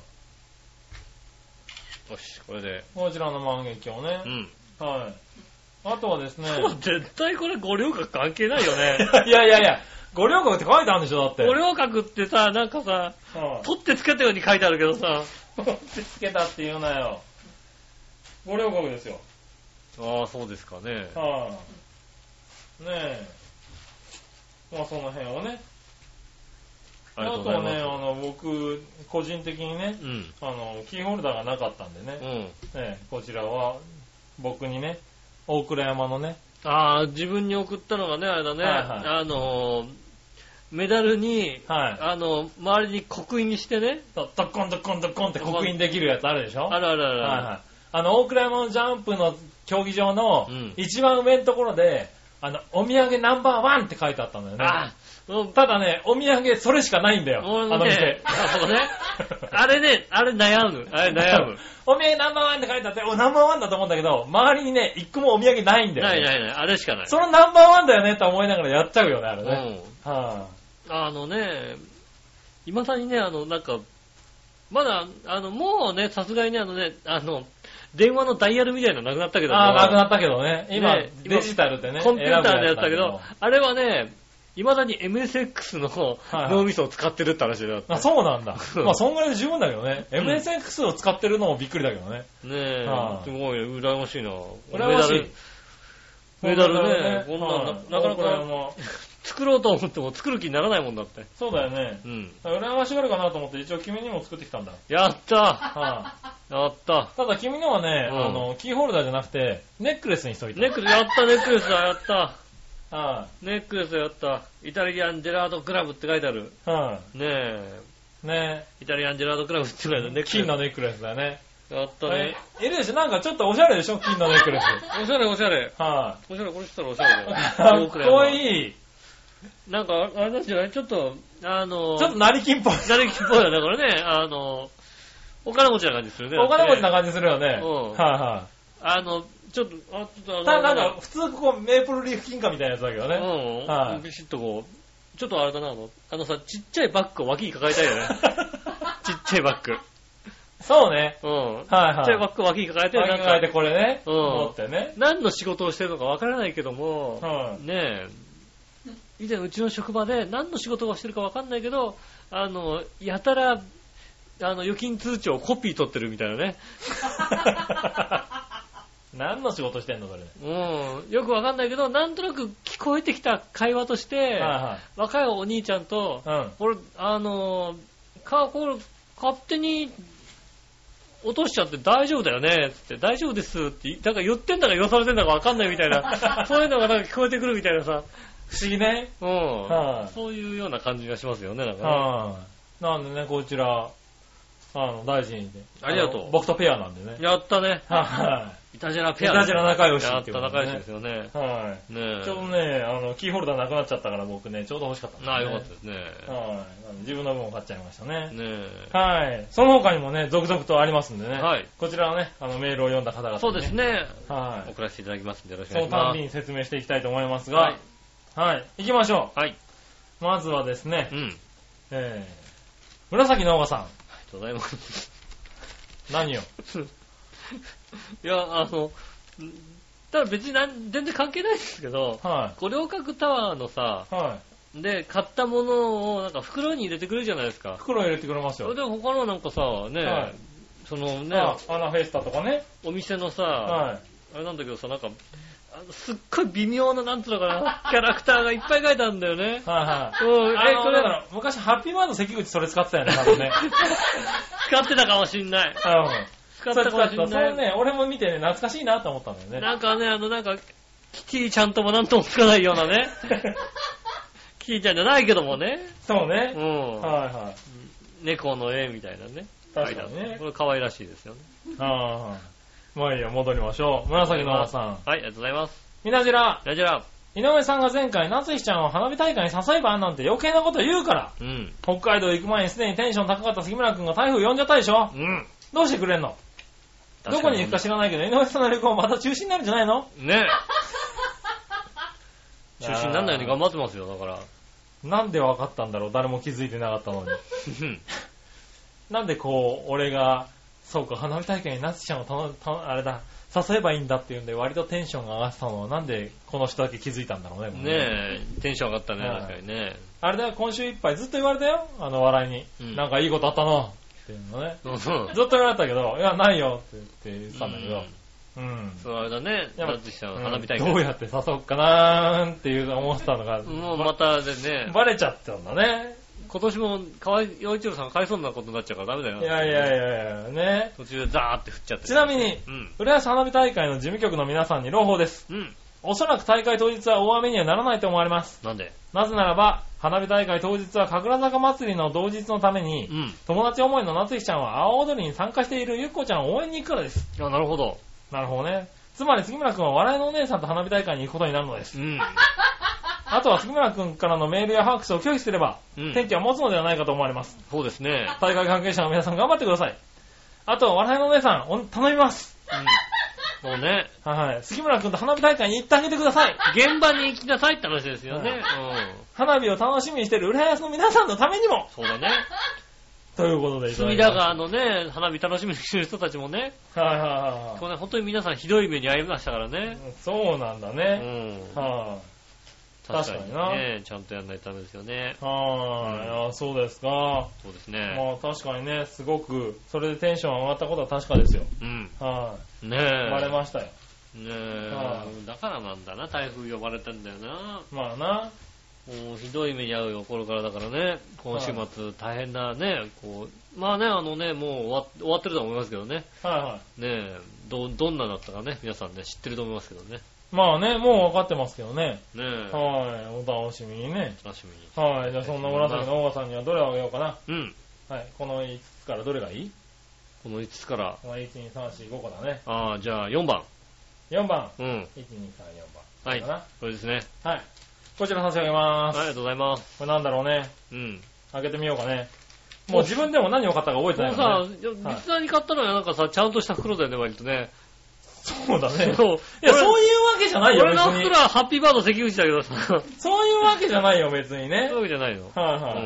し、これで。 こちらの万華鏡ね。はい。あとはですね。 絶対これ五稜郭関係ないよね。 いや。五稜郭って書いてあるんでしょ、だって。 五稜郭ってさ、なんかさ、取ってつけたように書いてあるけどさ。 取ってつけたって言うなよ。五稜郭ですよ。 ああ、そうですかね。 ねえ。まあその辺をね。あとはね、僕、個人的にね、キーホルダーがなかったんでね。こちらは、僕にね、大倉山のね。 自分に送ったのがね、あれだね。メダルに、周りに刻印してね。 ドッコンって刻印できるやつあるでしょ？ ある。 大倉山のジャンプの競技場の一番上のところで、お土産ナンバーワンって書いてあったんだよね。ただね、お土産それしかないんだよ。あの店。 あれ悩む。 お土産ナンバーワンって書いてあって、ナンバーワンだと思うんだけど、周りにね、一個もお土産ないんだよね。 ない。あれしかない。 そのナンバーワンだよねって思いながらやっちゃうよね、あれね。 今さにね、なんか、まだ、もうね、さすがにね、電話のダイヤルみたいなのなくなったけど。 なくなったけどね。今、デジタルでね。 コンピューターでやったけど、あれはね、未だに MSX の脳みそを使ってるって話だった。 そうなんだ。まあ、そんぐらいで十分だけどね。MSX を使ってるのもびっくりだけどね。 ねえ、すごい、羨ましいな。 羨ましい。 メダルね、こんな、なかなか、作ろうと思っても作る気にならないもんだって。 そうだよね。羨ましがるかなと思って一応君にも作ってきたんだ。 やったやった。 ただ君のはね、キーホルダーじゃなくて、ネックレスにしといた。 やった、ネックレスだ、やった。ネックレスやった。イタリアンジェラートクラブって書いてある。ねえ。イタリアンジェラートクラブって書いてある。 金のネックレスだね。 やったね。 いるでしょ、なんかちょっとおしゃれでしょ、金のネックレス。 おしゃれ。おしゃれ、これしたらおしゃれだよ。 かっこいい。 なんか、あれなんじゃない？ちょっと、 ちょっと成金っぽい。 成金っぽいよね、これね。お金持ちな感じするね。 お金持ちな感じするよね。ちょっと、なんか、普通こう、メープルリーフ金貨みたいなやつだけどね。 ビシッとこう、ちょっとあれだな、さ、ちっちゃいバッグを脇に抱えたいよね。ちっちゃいバッグ。 そうね。 ちっちゃいバッグを脇に抱えて、 脇に抱えてこれね。持ってね。 何の仕事をしてるのかわからないけども、ねえ、以前うちの職場で何の仕事をしてるかわかんないけど、やたら、預金通帳をコピー取ってるみたいなね。 何の仕事してんのそれ。 よくわかんないけど、なんとなく聞こえてきた会話として、若いお兄ちゃんと、これ、勝手に落としちゃって大丈夫だよねって、大丈夫ですって、だから言ってんだか言わされてんだかわかんないみたいな、そういうのがなんか聞こえてくるみたいなさ。 不思議ね。 そういうような感じがしますよね、なんかね。 なんでね、こちら、大事にね。 ありがとう。 僕とペアなんでね。 やったね。 イタジェラペア。 イタジェラ仲良しっていう、 ね。やった仲良しですよね。 はい。ねちょうどね、キーホルダーなくなっちゃったから僕ね、ちょうど欲しかったんですね。 よかったですね。 はい。自分の分を買っちゃいましたね。 ねはい。その他にもね、続々とありますんでね。 はい。 こちらはね、メールを読んだ方々、ね。 そうですね。 はい。 送らせていただきますんでよろしくお願いします。 そのたんびに説明していきたいと思いますが。はい。はい。行きましょう。はい。 まずはですね。紫のおばさん。ありがとうございます。 何よ。 いや、ただ別に全然関係ないですけど、はい、五稜郭タワーのさ、はい、で、買ったものをなんか袋に入れてくれるじゃないですか。 袋入れてくれますよ。 それで他のなんかさ、ね、はい、そのね、 アナフェスタとかね。 お店のさ、はい、あれなんだけどさ、なんか、すっごい微妙な、なんつうのかな、キャラクターがいっぱい書いてあるんだよね。 はいはい。これだから、昔ハッピーバード関口それ使ってたよね、多分ね。 使ってたかもしんない。 使ったかもしんない。それね、俺も見てね、懐かしいなと思ったんだよね。 なんかね、なんか、キティちゃんともなんともつかないようなね。キティちゃんじゃないけどもね。 そうね。 うん。 はいはい。 猫の絵みたいなね。 確かにね。 これ可愛らしいですよね。 ああ。まあいいや、戻りましょう。紫のおばさん。 はい、ありがとうございます。 みなじら。 みなじら。 井上さんが前回、夏日ちゃんを花火大会に誘えばなんて余計なこと言うから。うん。北海道行く前にすでにテンション高かった杉村くんが台風呼んじゃったでしょ。うん。どうしてくれんの？どこに行くか知らないけど、井上さんの旅行また中止になるんじゃないの？ ねえ。中止にならないように頑張ってますよ、だから。 なんで分かったんだろう、誰も気づいてなかったのに。なんでこう、俺が、そうか、花火大会に夏ちゃんをあれだ、誘えばいいんだっていうんで、割とテンションが上がってたのは、なんでこの人だけ気づいたんだろうね。 ねえ、テンション上がったね、確かにね。 あれだよ、今週いっぱいずっと言われたよ、笑いに。うん、なんかいいことあったのっていうのね。ずっと言われたけど、いや、ないよって言ってたんだけど。うん。 そう、あれだね、夏ちゃん花火大会、 どうやって誘おうかなーっていう思ってたのが。 もうまたでね。 バレちゃったんだね。 今年も河合陽一郎さんが買いそうなことになっちゃうからダメだよ。 いや、ね。 途中でザーって振っちゃって。 ちなみに、浦安花火大会の事務局の皆さんに朗報です。うん。おそらく大会当日は大雨にはならないと思われます。 なんで？ なぜならば、花火大会当日は神楽坂祭りの同日のために、友達思いの夏日ちゃんは阿波踊りに参加しているゆっこちゃんを応援に行くからです。 あ、なるほど。 なるほどね。つまり杉村くんは笑いのお姉さんと花火大会に行くことになるのです。うん。あとは杉村くんからのメールやファックスを拒否すれば、天気は持つのではないかと思われます。 そうですね。 大会関係者の皆さん頑張ってください。あと、笑いのお姉さん、頼みます。 もうね。 はい。杉村くんと花火大会に行ってあげてください。 現場に行きなさいって話ですよね。 花火を楽しみにしている浦安の皆さんのためにも。 そうだね。 ということで、 隅田川のね、花火楽しみにしてる人たちもね。はい。本当に皆さんひどい目に遭いましたからね。 そうなんだね。はい。 確かにね、ちゃんとやんないとダメですよね。 はい、そうですか。 そうですね。 まあ確かにね、すごく、それでテンション上がったことは確かですよ。 うん。 はい。 ねえ。 バレましたよ。 ねえ。だからなんだな、台風呼ばれたんだよな。 まあな。 もうひどい目に遭うよ、これからだからね。今週末大変なね、こう、まあね、もう終わってると思いますけどね。 はいはい。 ねえ、どんなだったかね、皆さんね、知ってると思いますけどね。 まあね、もう分かってますけどね。 ねえ。 はい、お楽しみにね。 楽しみに。はい、じゃあそんな紫のオガさんにはどれをあげようかな。 うん。 はい、この5つからどれがいい？ この5つから。 1、2、3、4、5個だね。 ああ、じゃあ4番。 4番。 うん。1、2、3、4 番。 はい。これですね。 はい。こちら差し上げます。 ありがとうございます。 これなんだろうね。 うん。 開けてみようかね。もう自分でも何を買ったか覚えてないからね。 もうさ、実際に買ったのはなんかさ、ちゃんとした袋だよね、割とね。 そうだね。そう。いや、そういうわけじゃないよ、別に。 俺の袋はハッピーバード関口だけどさ。 そういうわけじゃないよ、別にね。 そういうわけじゃないの。 はいはい。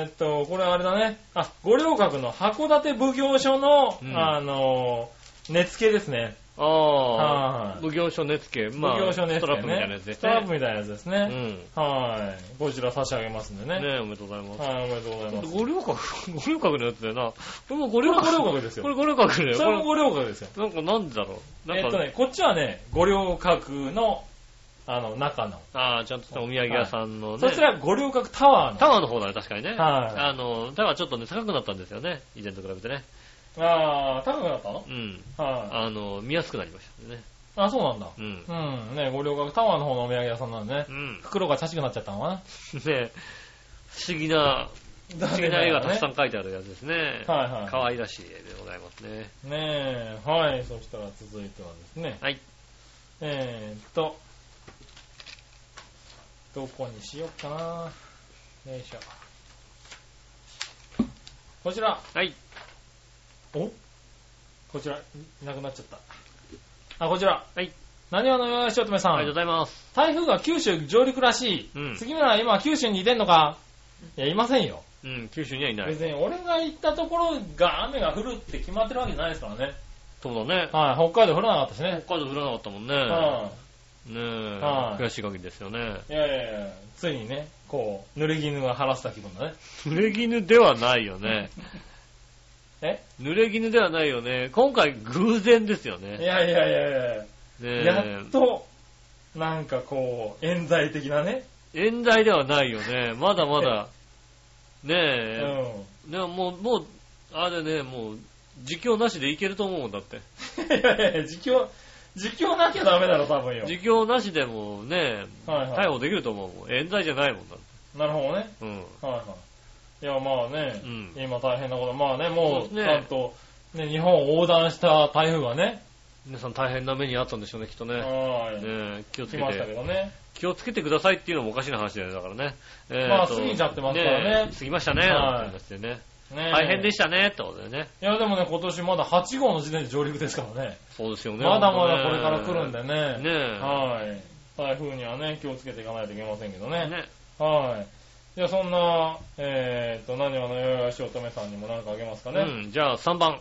これあれだね。五稜郭の函館奉行所の、根付けですね。 ああ、奉行所根付け。 まあ、奉行所根付け、ね。 ストラップみたいなやつですね。 ストラップみたいなやつですね。うん。はい。こちら差し上げますんでね。 ねえ、おめでとうございます。 はい、おめでとうございます。 五稜郭のやつだよな。これも五稜郭ですよ。 これ五稜郭だよ。 それも五稜郭ですよ。 なんでだろう。 こっちはね、五稜郭の、中の。 ああ、ちゃんとしたお土産屋さんのね。 そちら五稜郭タワーの。 タワーの方だね、確かにね。 はい。 タワーちょっとね、高くなったんですよね。以前と比べてね。 ああ、高くなったの？ うん。 はい。 見やすくなりましたね。 あ、そうなんだ。 うん。 うん。ね、五稜郭タワーの方のお土産屋さんなんでね。 うん。 袋がチャチくなっちゃったのかな。 ね、不思議な不思議な絵がたくさん描いてあるやつですね。 はいはい。 可愛らしい絵でございますね。 ねえ、はい。そしたら続いてはですね。 はい。 どこにしようかな。よいしょ。こちら。 はい。 こちら、いなくなっちゃった。こちら。 はい。 何話のよしおとめさん。 ありがとうございます。 台風が九州上陸らしい。杉村は今九州にいてんのか？いや、いませんよ。 九州にはいない。 別に俺が行ったところが雨が降るって決まってるわけじゃないですからね。 そうだね。 はい、北海道降らなかったしね。 北海道降らなかったもんね。ねえ、悔しい限りですよね。 いや、ついにね、こう、濡れ衣が晴らした気分だね。 濡れ衣ではないよね。濡れ衣ではないよね。今回偶然ですよね。 いや。ね、やっと、なんかこう、冤罪的なね。 冤罪ではないよね。まだまだ。ねえ。でももう、あれね、もう、自供なしでいけると思うんだって。 いや、自供なきゃダメだろ、多分よ。 自供なしでもね、逮捕できると思う。冤罪じゃないもんだって。 なるほどね。いや、まあね、今大変なこと、まあね、もう、ちゃんと、ね、日本を横断した台風がね。 皆さん大変な目にあったんでしょうね、きっとね。ね、気をつけて。 来ましたけどね。 気をつけてくださいっていうのもおかしな話だよ、だからね。 まあ、過ぎちゃってますからね。 過ぎましたね、なんて話でね。大変でしたね、ってことでね。 いや、でもね、今年まだ8号の時点で上陸ですからね。 そうですよね。 まだまだこれから来るんでね。 はい。 台風にはね、気をつけていかないといけませんけどね。はい。じゃあそんな、何話のよよしおとめさんにも何かあげますかね。 じゃあ3番。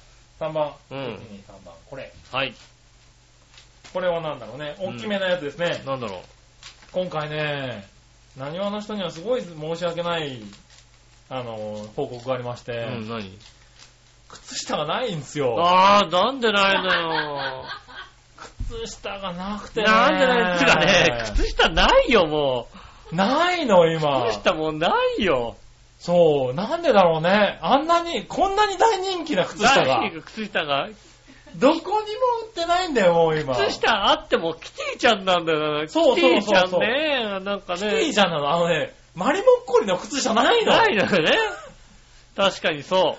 3番。3番。これ。 はい。 これは何だろうね。大きめなやつですね。 なんだろう。 今回ね、何話の人にはすごい申し訳ない、報告がありまして。 何？ 靴下がないんですよ。 なんでないのよ。 靴下がなくてね。 なんでないですかね。靴下ないよ、もう。ないの、今。 靴下もうないよ。 そう、なんでだろうね。こんなに大人気な靴下が。 靴下が。 どこにも売ってないんだよ、もう今。 靴下あってもキティちゃんなんだよな。 そう。 キティちゃんね。なんかね。 キティちゃんなの。マリモッコリの靴下ないの。 ないのよね。確かにそう。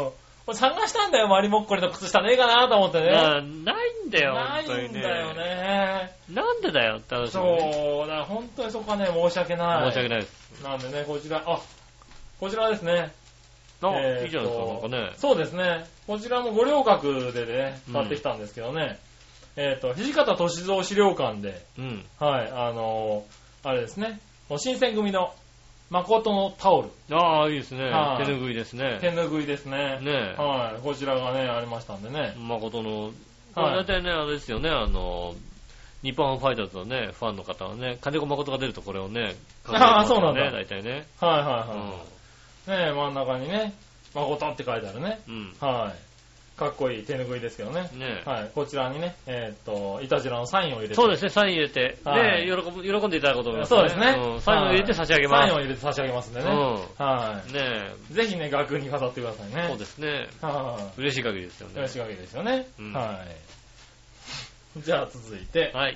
探したんだよ、マリモッコリの靴下ねえかなと思ってね。 ないんだよ、 ないんだよね。 なんでだよって話。 そう、だから本当にそこはね、申し訳ない。 申し訳ないです。 なんでね、こちらですね。 いいじゃないですか、なんかね。 そうですね。こちらも五稜郭でね、買ってきたんですけどね。土方歳三資料館で、はい、あれですね、新選組の誠のタオル。 いいですね。手ぬぐいですね。 手ぬぐいですね。 ねえ。 はい。こちらがね、ありましたんでね。 誠の、大体ね、あれですよね、日本ファイターズのね、ファンの方はね、金子誠が出るとこれをね、 そうなんだ。 大体ね。 はい。ねえ、真ん中にね、誠って書いてあるね。はい。かっこいい手ぬぐいですけどね。はい。こちらにね、いたじらのサインを入れて。 そうですね、サイン入れて。で、喜んでいただくことになりますね。 そうですね。 サインを入れて差し上げます。 サインを入れて差し上げますんでね。はい。 ねえ。ぜひね、額に飾ってくださいね。 そうですね。嬉しい限りですよね。 嬉しい限りですよね。はい。じゃあ続いて。 はい。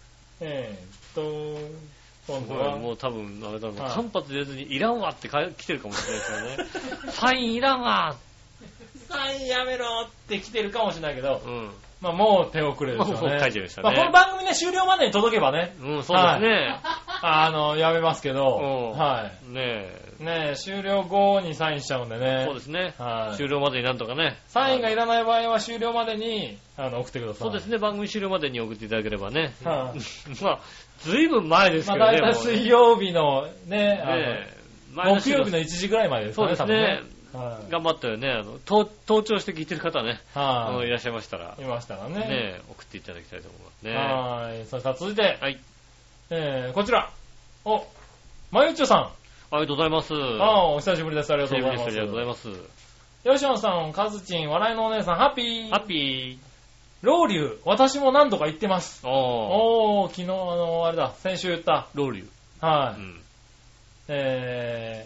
今度はもう多分、あれだろう、間髪入れずにいらんわって来てるかもしれないですよね。サインいらんわサインやめろって来てるかもしれないけど、まあもう手遅れですよね。 もう書いてましたね。 まあこの番組ね、終了までに届けばね。 そうですね。 やめますけど、はい。 ねえ、終了後にサインしちゃうんでね。 そうですね。終了までになんとかね。 サインがいらない場合は終了までに、送ってください。 そうですね、番組終了までに送っていただければね。まあ、ずいぶん前ですけどね。 まあ大体水曜日のね、木曜日の1時ぐらいまでですかね、 そうですね。頑張ったよね。登頂して聞いてる方ね。いらっしゃいましたら。 いましたらね。 ね、送っていただきたいと思いますね。 はい。そしたら続いて。 はい。 こちら。まゆっちょさん。 ありがとうございます。 お久しぶりです。ありがとうございます。 ありがとうございます。 よしおんさん、かずちん、笑いのお姉さん、ハッピー。 ハッピー。 ロウリュウ、私も何度か言ってます。昨日あれだ、先週言った。 ロウリュウ。 はい。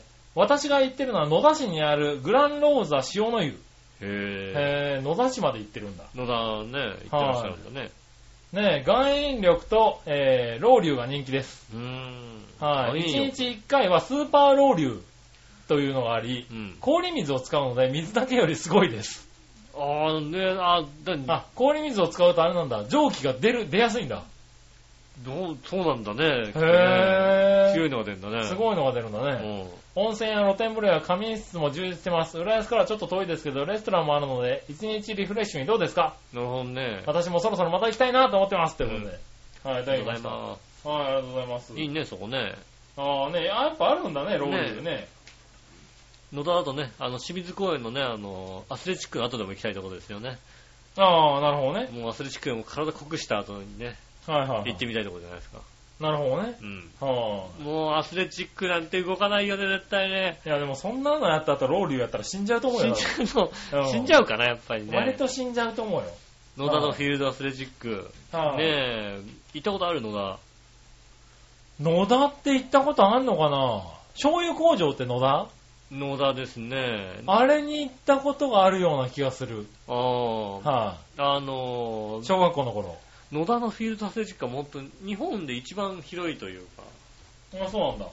私が言ってるのは野田市にあるグランローザ塩の湯。野田市まで行ってるんだ。 野田ね、行ってらっしゃるんだね。 ね、岩塩力と、ロウリュウが人気です。はい。1日1回はスーパーロウリュウというのがあり、氷水を使うので水だけよりすごいです。氷水を使うとあれなんだ、蒸気が出やすいんだ。 そうなんだね。強いのが出るんだね。 すごいのが出るんだね。温泉や露天風呂や仮眠室も充実してます。浦安からちょっと遠いですけど、レストランもあるので、一日リフレッシュにどうですか？ なるほどね。 私もそろそろまた行きたいなと思ってます。ということで。はい、いただきました。はい、ありがとうございます。 いいね、そこね。 やっぱあるんだね、ロウリュね。 野田だとね、清水公園のね、アスレチックの後でも行きたいところですよね。 なるほどね。 もうアスレチックでも体濃くした後にね、行ってみたいところじゃないですか。 なるほどね。 もうアスレチックなんて動かないよね、絶対ね。 いや、でもそんなのやった後、ロウリュやったら死んじゃうと思うよ。 死んじゃうかな、やっぱりね。 割と死んじゃうと思うよ。 野田のフィールドアスレチック。ねえ、行ったことある野田？ 野田って行ったことあんのかな？醤油工場って野田？ 野田ですね。 あれに行ったことがあるような気がする。 小学校の頃。 野田のフィールドアスレチックは本当に日本で一番広いというか。 そうなんだ。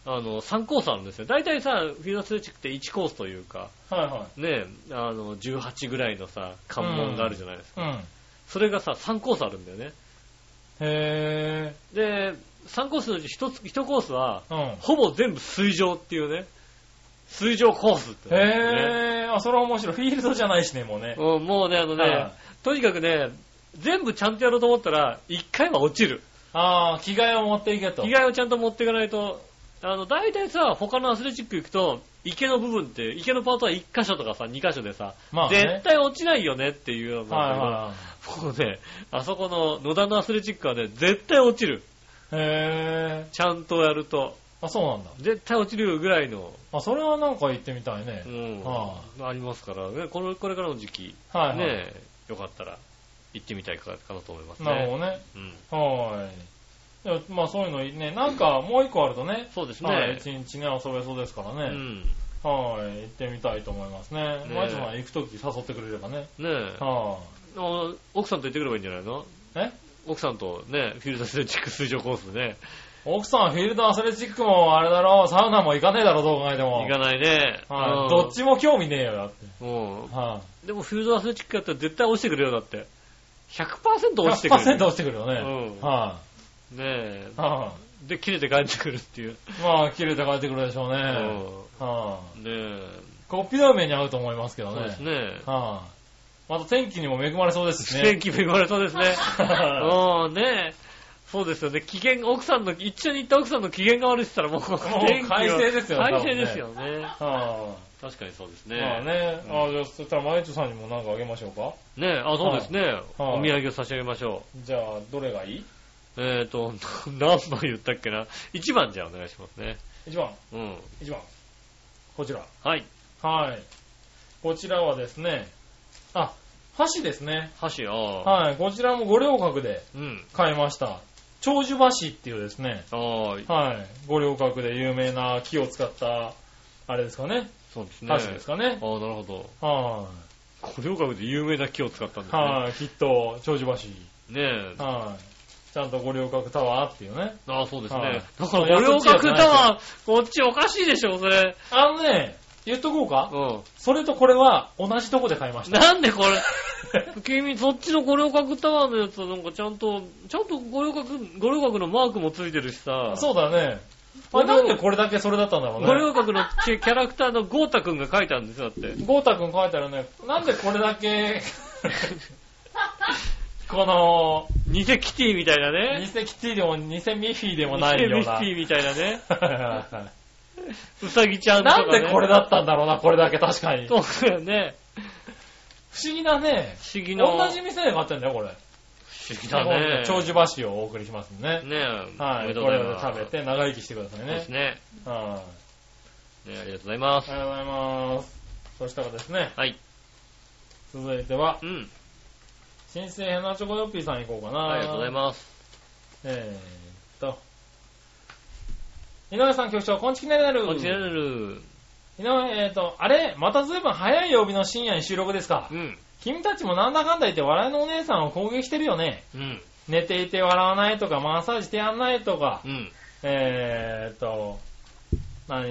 3コースあるんですよ。大体さ、フィールドアスレチックって1コースというか。ね、18ぐらいのさ、関門があるじゃないですか。それがさ、3コースあるんだよね。 へー。 で、3コースのうち1コースは、ほぼ全部水上っていうね。水上コースって、 ね。それは面白い。フィールドじゃないしね、もうね。 もうね、とにかくね、全部ちゃんとやろうと思ったら、1回は落ちる。 着替えを持っていけと。 着替えをちゃんと持っていかないと、大体さ、他のアスレチック行くと、池の部分って、池のパートは1箇所とかさ、2箇所でさ、絶対落ちないよねっていうような。もうね、あそこの野田のアスレチックはね、絶対落ちる。 へー。 ちゃんとやると。 そうなんだ。 絶対落ちるぐらいの。 それはなんか行ってみたいね。 ありますからね。これからの時期、ね、よかったら行ってみたいかなと思いますね。 なるほどね。そういうのね、なんかもう一個あるとね。 そうですね。 一日ね、遊べそうですからね。行ってみたいと思いますね。マジは行くとき誘ってくれればね。 奥さんと行ってくればいいんじゃないの？奥さんとね、フィールドアスレチック水上コースでね。 奥さんフィールドアスレチックもあれだろ、サウナも行かねえだろ、どう考えても。 行かないね。 どっちも興味ねえよ、だって。 でもフィールドアスレチックやったら絶対落ちてくるよ、だって。100% 落ちてくる。 100% 落ちてくるよね。 ねえ。で、切れて帰ってくるっていう。 切れて帰ってくるでしょうね。 ねえ。 こっぴどい目に遭うと思いますけどね。 そうですね。 また天気にも恵まれそうですしね。 天気恵まれそうですね。ねえ。そうですよね。一緒に行った奥さんの機嫌が悪いって言ったらもう快晴ですよね。 快晴ですよね。確かにそうですね。 じゃあ、そしたらマユチョさんにも何かあげましょうか。 ねそうですね。お土産を差し上げましょう。 じゃあ、どれがいい？ 何番言ったっけな。1番じゃあお願いしますね。 1番。1番。こちら。 はい。 こちらはですね、箸ですね。 箸、 こちらも五稜郭で買いました。長寿箸っていうですね。五稜郭で有名な木を使った、あれですかね。 そうですね。 箸ですかね。 なるほど。五稜郭で有名な木を使ったんですね。 きっと、長寿箸。 ねちゃんと五稜郭タワーっていうね。 そうですね。だから五稜郭タワー、こっちおかしいでしょ、それ。 言っとこうか？それとこれは同じとこで買いました。 なんでこれ君、そっちの五稜郭タワーのやつはなんかちゃんと五稜郭のマークもついてるしさ。 そうだね。なんでこれだけそれだったんだろうね。 五稜郭のキャラクターのゴータくんが書いてあるんですよ、だって。 ゴータくん書いてあるね。なんでこれだけ、この、 偽キティみたいなね。 偽キティでも、偽ミッフィーでもないような。 偽ミッフィーみたいなね。うさぎちゃんとかね。 なんでこれだったんだろうな、これだけ確かに。 そうだよね。 不思議なね。 不思議な。 同じ店で買ってんだよ、これ。 不思議だね。 長寿箸をお送りしますね。 これを食べて長生きしてくださいね。 そうですね。ありがとうございます。 ありがとうございます。そしたらですね。続いては、新生ヘナチョコヨッピーさん行こうかな。 ありがとうございます。 井上さん局長、こんちきなるなる。 こんちきなるなる。 井上、あれまたずいぶん早い曜日の深夜に収録ですか。君たちもなんだかんだ言って笑いのお姉さんを攻撃してるよね。寝ていて笑わないとか、マッサージしてやんないとか、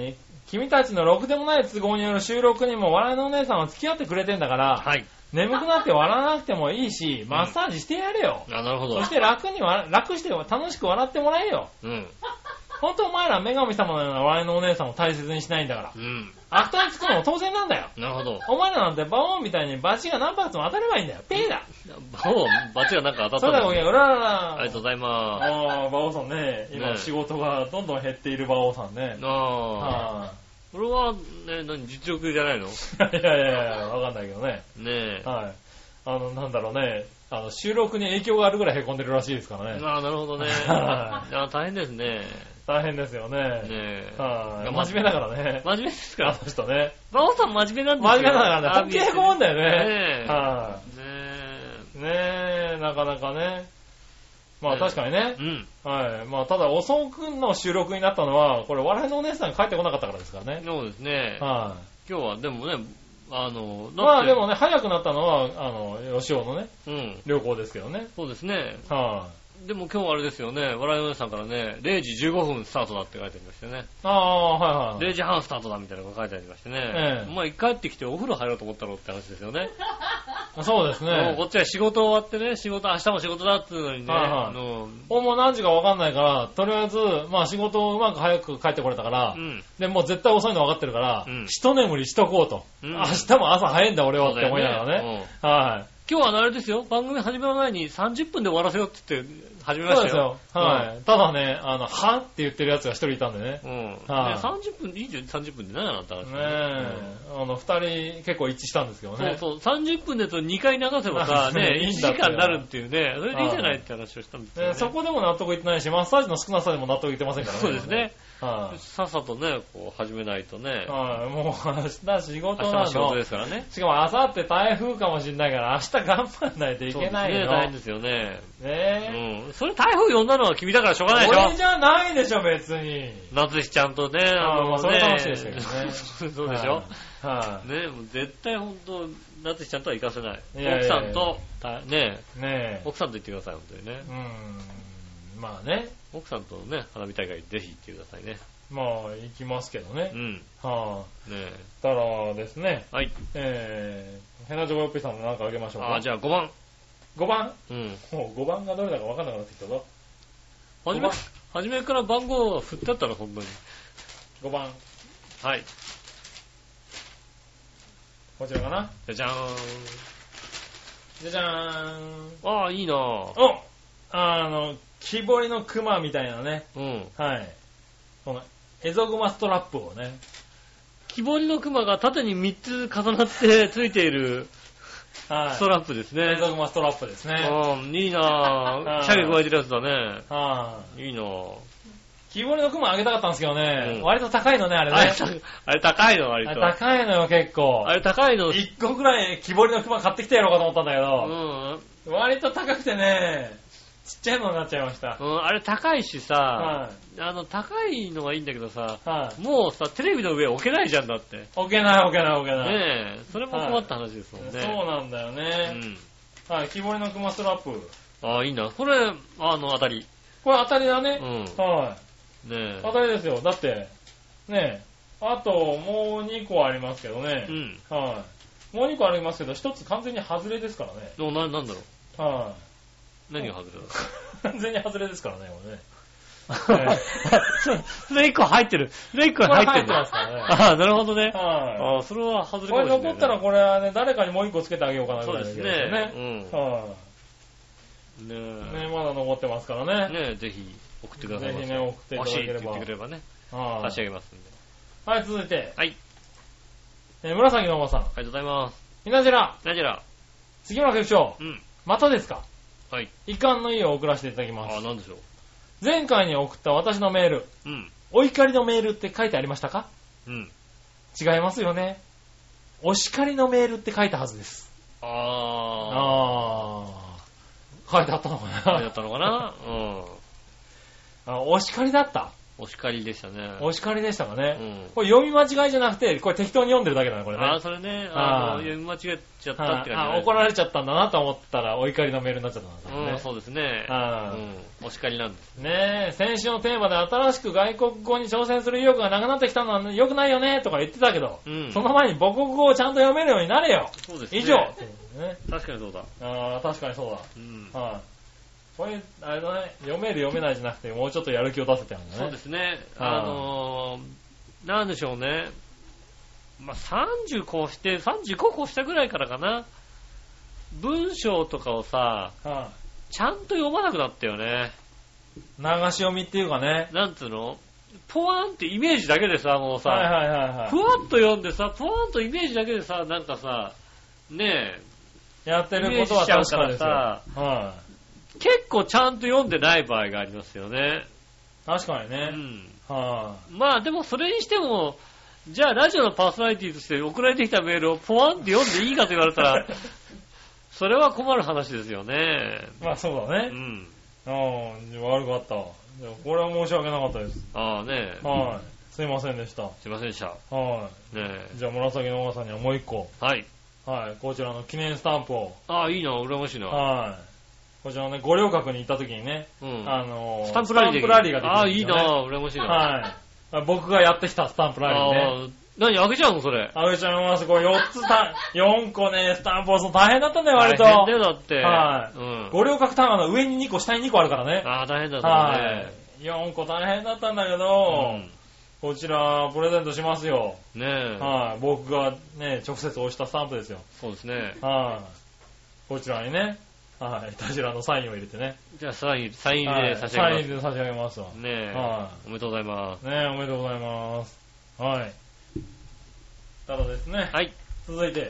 君たちのろくでもない都合による収録にも笑いのお姉さんは付き合ってくれてんだから、はい。眠くなって笑わなくてもいいし、マッサージしてやれよ。 あ、なるほど。 そして楽して楽しく笑ってもらえよ。うん。本当お前ら女神様のような笑いのお姉さんを大切にしないんだから。うん。悪党につくのも当然なんだよ。 なるほど。 お前らなんてバオンみたいにバチが何発も当たればいいんだよ。ペーだ。 バオン、バチがなんか当たったんだよ。 そうだよ、うららら。 ありがとうございます。 ああ、バオさんね。今仕事がどんどん減っているバオさんね。 ああ。これは、ね、実力じゃないの？いや、わかんないけどね。 ねえ。はい。 なんだろうね。収録に影響があるぐらい凹んでるらしいですからね。 ああ、なるほどね。大変ですね。 大変ですよね。ねえ。はい。真面目だからね。 真面目ですか？ あの人ね。 バオさん真面目なんですよ。 真面目だからね。本気で凹むんだよね。 ねえ。 はい。ねえ、なかなかね。まあ確かにね。うん。はい。まあただ遅くの収録になったのは、これ笑いのお姉さんが帰ってこなかったからですからね。 そうですね。はい。今日はでもね、 まあでもね、早くなったのは、吉尾のね、うん。旅行ですけどね。 そうですね。はい。でも今日はあれですよね、笑いのお姉さんからね、0時15分スタートだって書いてありましてね。 ああ、はいはい。 0時半スタートだみたいなのが書いてありましてね。まあ帰ってきてお風呂入ろうと思ったろうって話ですよね。 そうですね。 もうこっちは仕事終わってね、明日も仕事だっていうのにね。 もう何時か分かんないから、とりあえず、まあ仕事をうまく早く帰ってこれたから、うん、で、もう絶対遅いの分かってるから、うん、一眠りしとこうと。うん、明日も朝早いんだ俺はって思いながらね。はい。 今日はあれですよ、番組始める前に30分で終わらせようって言って始めましたよ。 そうですよ。はい。ただね、はって言ってるやつが一人いたんでね。うん。 はい。30分でいいじゃん、30分で何やなって話。ねえ。二人結構一致したんですけどね。 そう、30分でと2回流せばさ、ね、1時間になるっていうね、それでいいじゃないって話をしたんですよね。 そこでも納得いってないし、マッサージの少なさでも納得いってませんからね。 そうですね。はい。さっさとね、こう始めないとね。 はい。もう明日仕事なの。 明日仕事ですからね。 しかも明後日台風かもしれないから、明日頑張んないといけないよ。 大変ですよね。 ねえ。 うん。それ台風呼んだのは君だからしょうがないでしょ。 俺じゃないでしょ、別に。 夏日ちゃんとね、 それ楽しいですけどね。 そうでしょ。はい。ね、もう絶対本当夏日ちゃんとは行かせない。奥さんと、ね、奥さんと行ってください、本当にね。 まあね。 奥さんとね、花火大会ぜひ行ってくださいね。 まあ、行きますけどね。うん。はあ。ねえ。 たらですね。 はい。 ヘナジョコヨッピーさんのなんかあげましょうか。 じゃあ5番。 5番？うん。もう5番がどれだか分かんなくなってきたぞ。 初めから番号を振ってあったら、ほんとに。 5番。 はい。 こちらかな。 じゃじゃーん。 じゃじゃーん。 ああ、いいなぁ。 木彫りの熊みたいなね。うん。はい。この、エゾグマストラップをね。 木彫りの熊が縦に3つ重なってついている、はい、ストラップですね。 エゾグマストラップですね。 うん、いいなぁ。シャケ加えてるやつだね。 はい。 いいなぁ。 木彫りの熊あげたかったんですけどね。割と高いのね、あれね。 あれ高いの、割と。 高いのよ、結構。 あれ高いの。 1個くらい木彫りの熊買ってきてやろうかと思ったんだけど。うん。割と高くてね。ちっちゃいのになっちゃいました。 うん、あれ高いしさ、はい、高いのはいいんだけどさ、はい、もうさ、テレビの上置けないじゃんだって。 置けない。 ねえ、それも困った話ですもんね。 はい、そうなんだよね。うん。はい、木彫りの熊ストラップ。 ああ、いいな。これ、当たり。 これ当たりだね。 うん。 はい。 ねえ。 当たりですよ。だって、ねえ、あともう2個ありますけどね。うん。はい。もう2個ありますけど、1つ完全に外れですからね。 なんだろう。 はい。 何が外れだ完全に外れですからね、これね。 それ1個入ってる。それ1個入ってる。 ますからね。 ああ、なるほどね。 はい。 それは外れかもしれない。これ残ったらこれはね、誰かにもう1個つけてあげようかなぐらいですね。 ね。 はい。ねまだ残ってますからね。 ねぜひ送ってください。 ぜひね、送っていただければ。 欲しいって言ってくれればね。差し上げますんで。 はい、続いて。 はい。 紫のおばさん。ありがとうございます。 ひなじら。杉村局長。 うん。 またですか？ はい。 遺憾の意を送らせていただきます。 なんでしょう。 前回に送った私のメール。うん。お怒りのメールって書いてありましたか？ うん。 違いますよね。お叱りのメールって書いたはずです。書いてあったのかな？ 書いてあったのかな？うん。 お叱りだった？ お叱りでしたね。 お叱りでしたかね。これ読み間違いじゃなくて、これ適当に読んでるだけだね、これね。 それね、読み間違えちゃったって感じ、 怒られちゃったんだなと思ったら、お怒りのメールになっちゃったんだね。 そうですね。お叱りなんですね。先週のテーマで新しく外国語に挑戦する意欲がなくなってきたのは良くないよね、とか言ってたけど、その前に母国語をちゃんと読めるようになれよ。 そうですね。 以上。 確かにそうだ。 確かにそうだ。これ、あれだね、読める読めないじゃなくて、もうちょっとやる気を出せてるんだね。 そうですね。なんでしょうね。30越して、35越したぐらいからかな。文章とかをさ、ちゃんと読まなくなったよね。 流し読みっていうかね。 なんつうの？ポワンってイメージだけでさ、もうさ、ふわっと読んでさ、ポワンとイメージだけでさ、なんかさ、ねえ、やってることは確かですよ。 結構ちゃんと読んでない場合がありますよね。 確かにね。 でもそれにしても、じゃあラジオのパーソナリティとして送られてきたメールをポワンって読んでいいかと言われたら、それは困る話ですよね。 そうだね。悪かった。これは申し訳なかったです。すいませんでした。 すいませんでした。 じゃあ紫のおばさんにはもう一個。こちらの記念スタンプを。 いいな、羨ましいな。 こちらのね、五稜郭に行った時にね、 スタンプラリーができるんですよね。いいな、羨ましいな。 僕がやってきたスタンプラリーね。 何、あげちゃうのそれ。 あげちゃいます。これ4個ね、スタンプ押すの大変だったんだよ、割と。 大変だよ、だって。 五稜郭タワーの上に2個、下に2個あるからね。 大変だったね。 4個大変だったんだけど、こちら、プレゼントしますよ。僕がね、直接押したスタンプですよ。 そうですね。 こちらにね、田代のサインを入れてね。 じゃあサインで差し上げます。 サインで差し上げますわ。 おめでとうございます。 おめでとうございます。ただですね。続いて。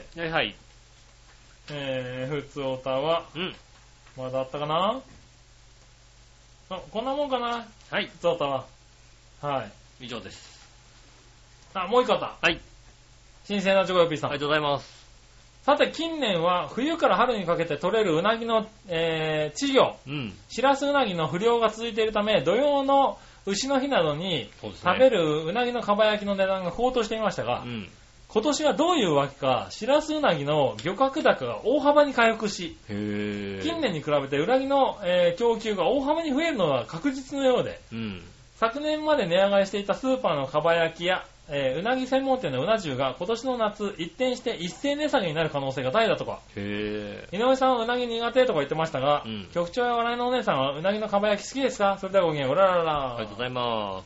ふつおたは、まだあったかな？こんなもんかな？ふつおたは。 以上です。 もう一個あった。新鮮なチョコヨッピーさん。 ありがとうございます。 さて、近年は冬から春にかけて取れるうなぎの、稚魚、しらすうなぎの不漁が続いているため、土曜の牛の日などに食べるうなぎのかば焼きの値段が高騰していましたが、今年はどういうわけか、しらすうなぎの漁獲高が大幅に回復し、近年に比べてうなぎの、供給が大幅に増えるのは確実のようで、昨年まで値上がりしていたスーパーのかば焼きや、うなぎ専門店のうな重が今年の夏一転して一斉値下げになる可能性が大だとか。井上さんはうなぎ苦手とか言ってましたが、局長や笑いのお姉さんはうなぎのかば焼き好きですか？それではごきげんよう。うららら。 ありがとうございます。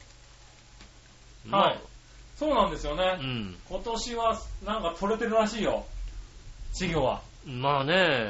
そうなんですよね。今年はなんか取れてるらしいよ。稚魚は。 ま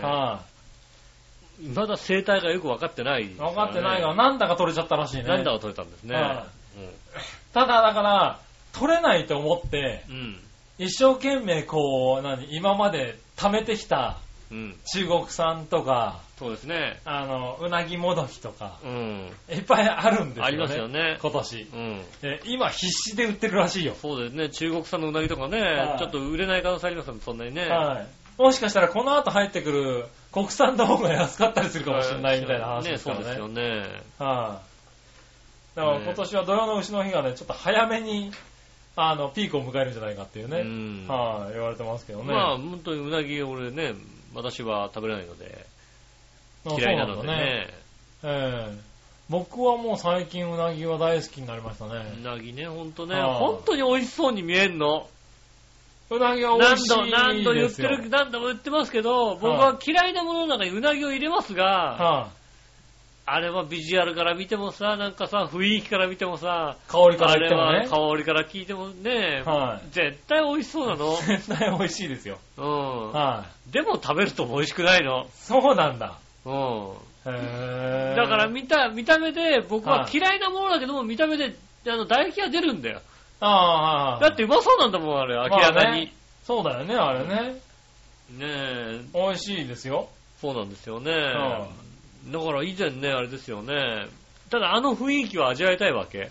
だ生態がよく分かってない、 分かってないが、なんだか取れちゃったらしいね。 なんだか取れたんですね。 ただだから、取れないと思って、一生懸命今まで貯めてきた中国産とか、 そうですね。 うなぎもどきとか、いっぱいあるんですよね。 ありますよね。 今年。今必死で売ってるらしいよ。 そうですね。中国産のうなぎとかね、ちょっと売れない可能性ありますよね、そんなにね。 もしかしたらこの後入ってくる国産の方が安かったりするかもしれないみたいな話ですからね。 そうですよね。 だから今年は土曜の牛の日がね、ちょっと早めに、ピークを迎えるんじゃないかっていうね、言われてますけどね。 本当にうなぎ俺ね、私は食べれないので、嫌いなのでね。 僕はもう最近うなぎは大好きになりましたね。 うなぎね、ほんとね、本当に美味しそうに見えんの。 うなぎは美味しいですよ。 何度も言ってますけど、僕は嫌いなものの中にうなぎを入れますが、あれはビジュアルから見てもさ、なんかさ、雰囲気から見てもさ、 香りから見てもね。 香りから聞いてもね、絶対美味しそうなの。 絶対美味しいですよ。 でも食べると美味しくないの。 そうなんだ。 だから見た目で、僕は嫌いなものだけども、見た目で唾液が出るんだよ。だってうまそうなんだもん、あれ、明らかに。 そうだよね、あれね。 ねえ。 美味しいですよ。 そうなんですよね。だから以前ね、あれですよね。ただ雰囲気は味わいたいわけ。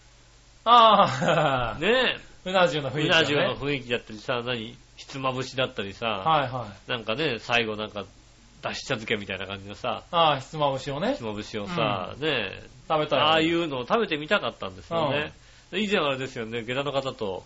ねえ。うな重の雰囲気、 うな重の雰囲気だったりさ、ひつまぶしだったりさ。なんかね、最後なんか、 だし茶漬けみたいな感じのさ。 ひつまぶしをね。 ひつまぶしをさ、ね食べたい。 ああいうのを食べてみたかったんですよね。以前あれですよね、下駄の方と、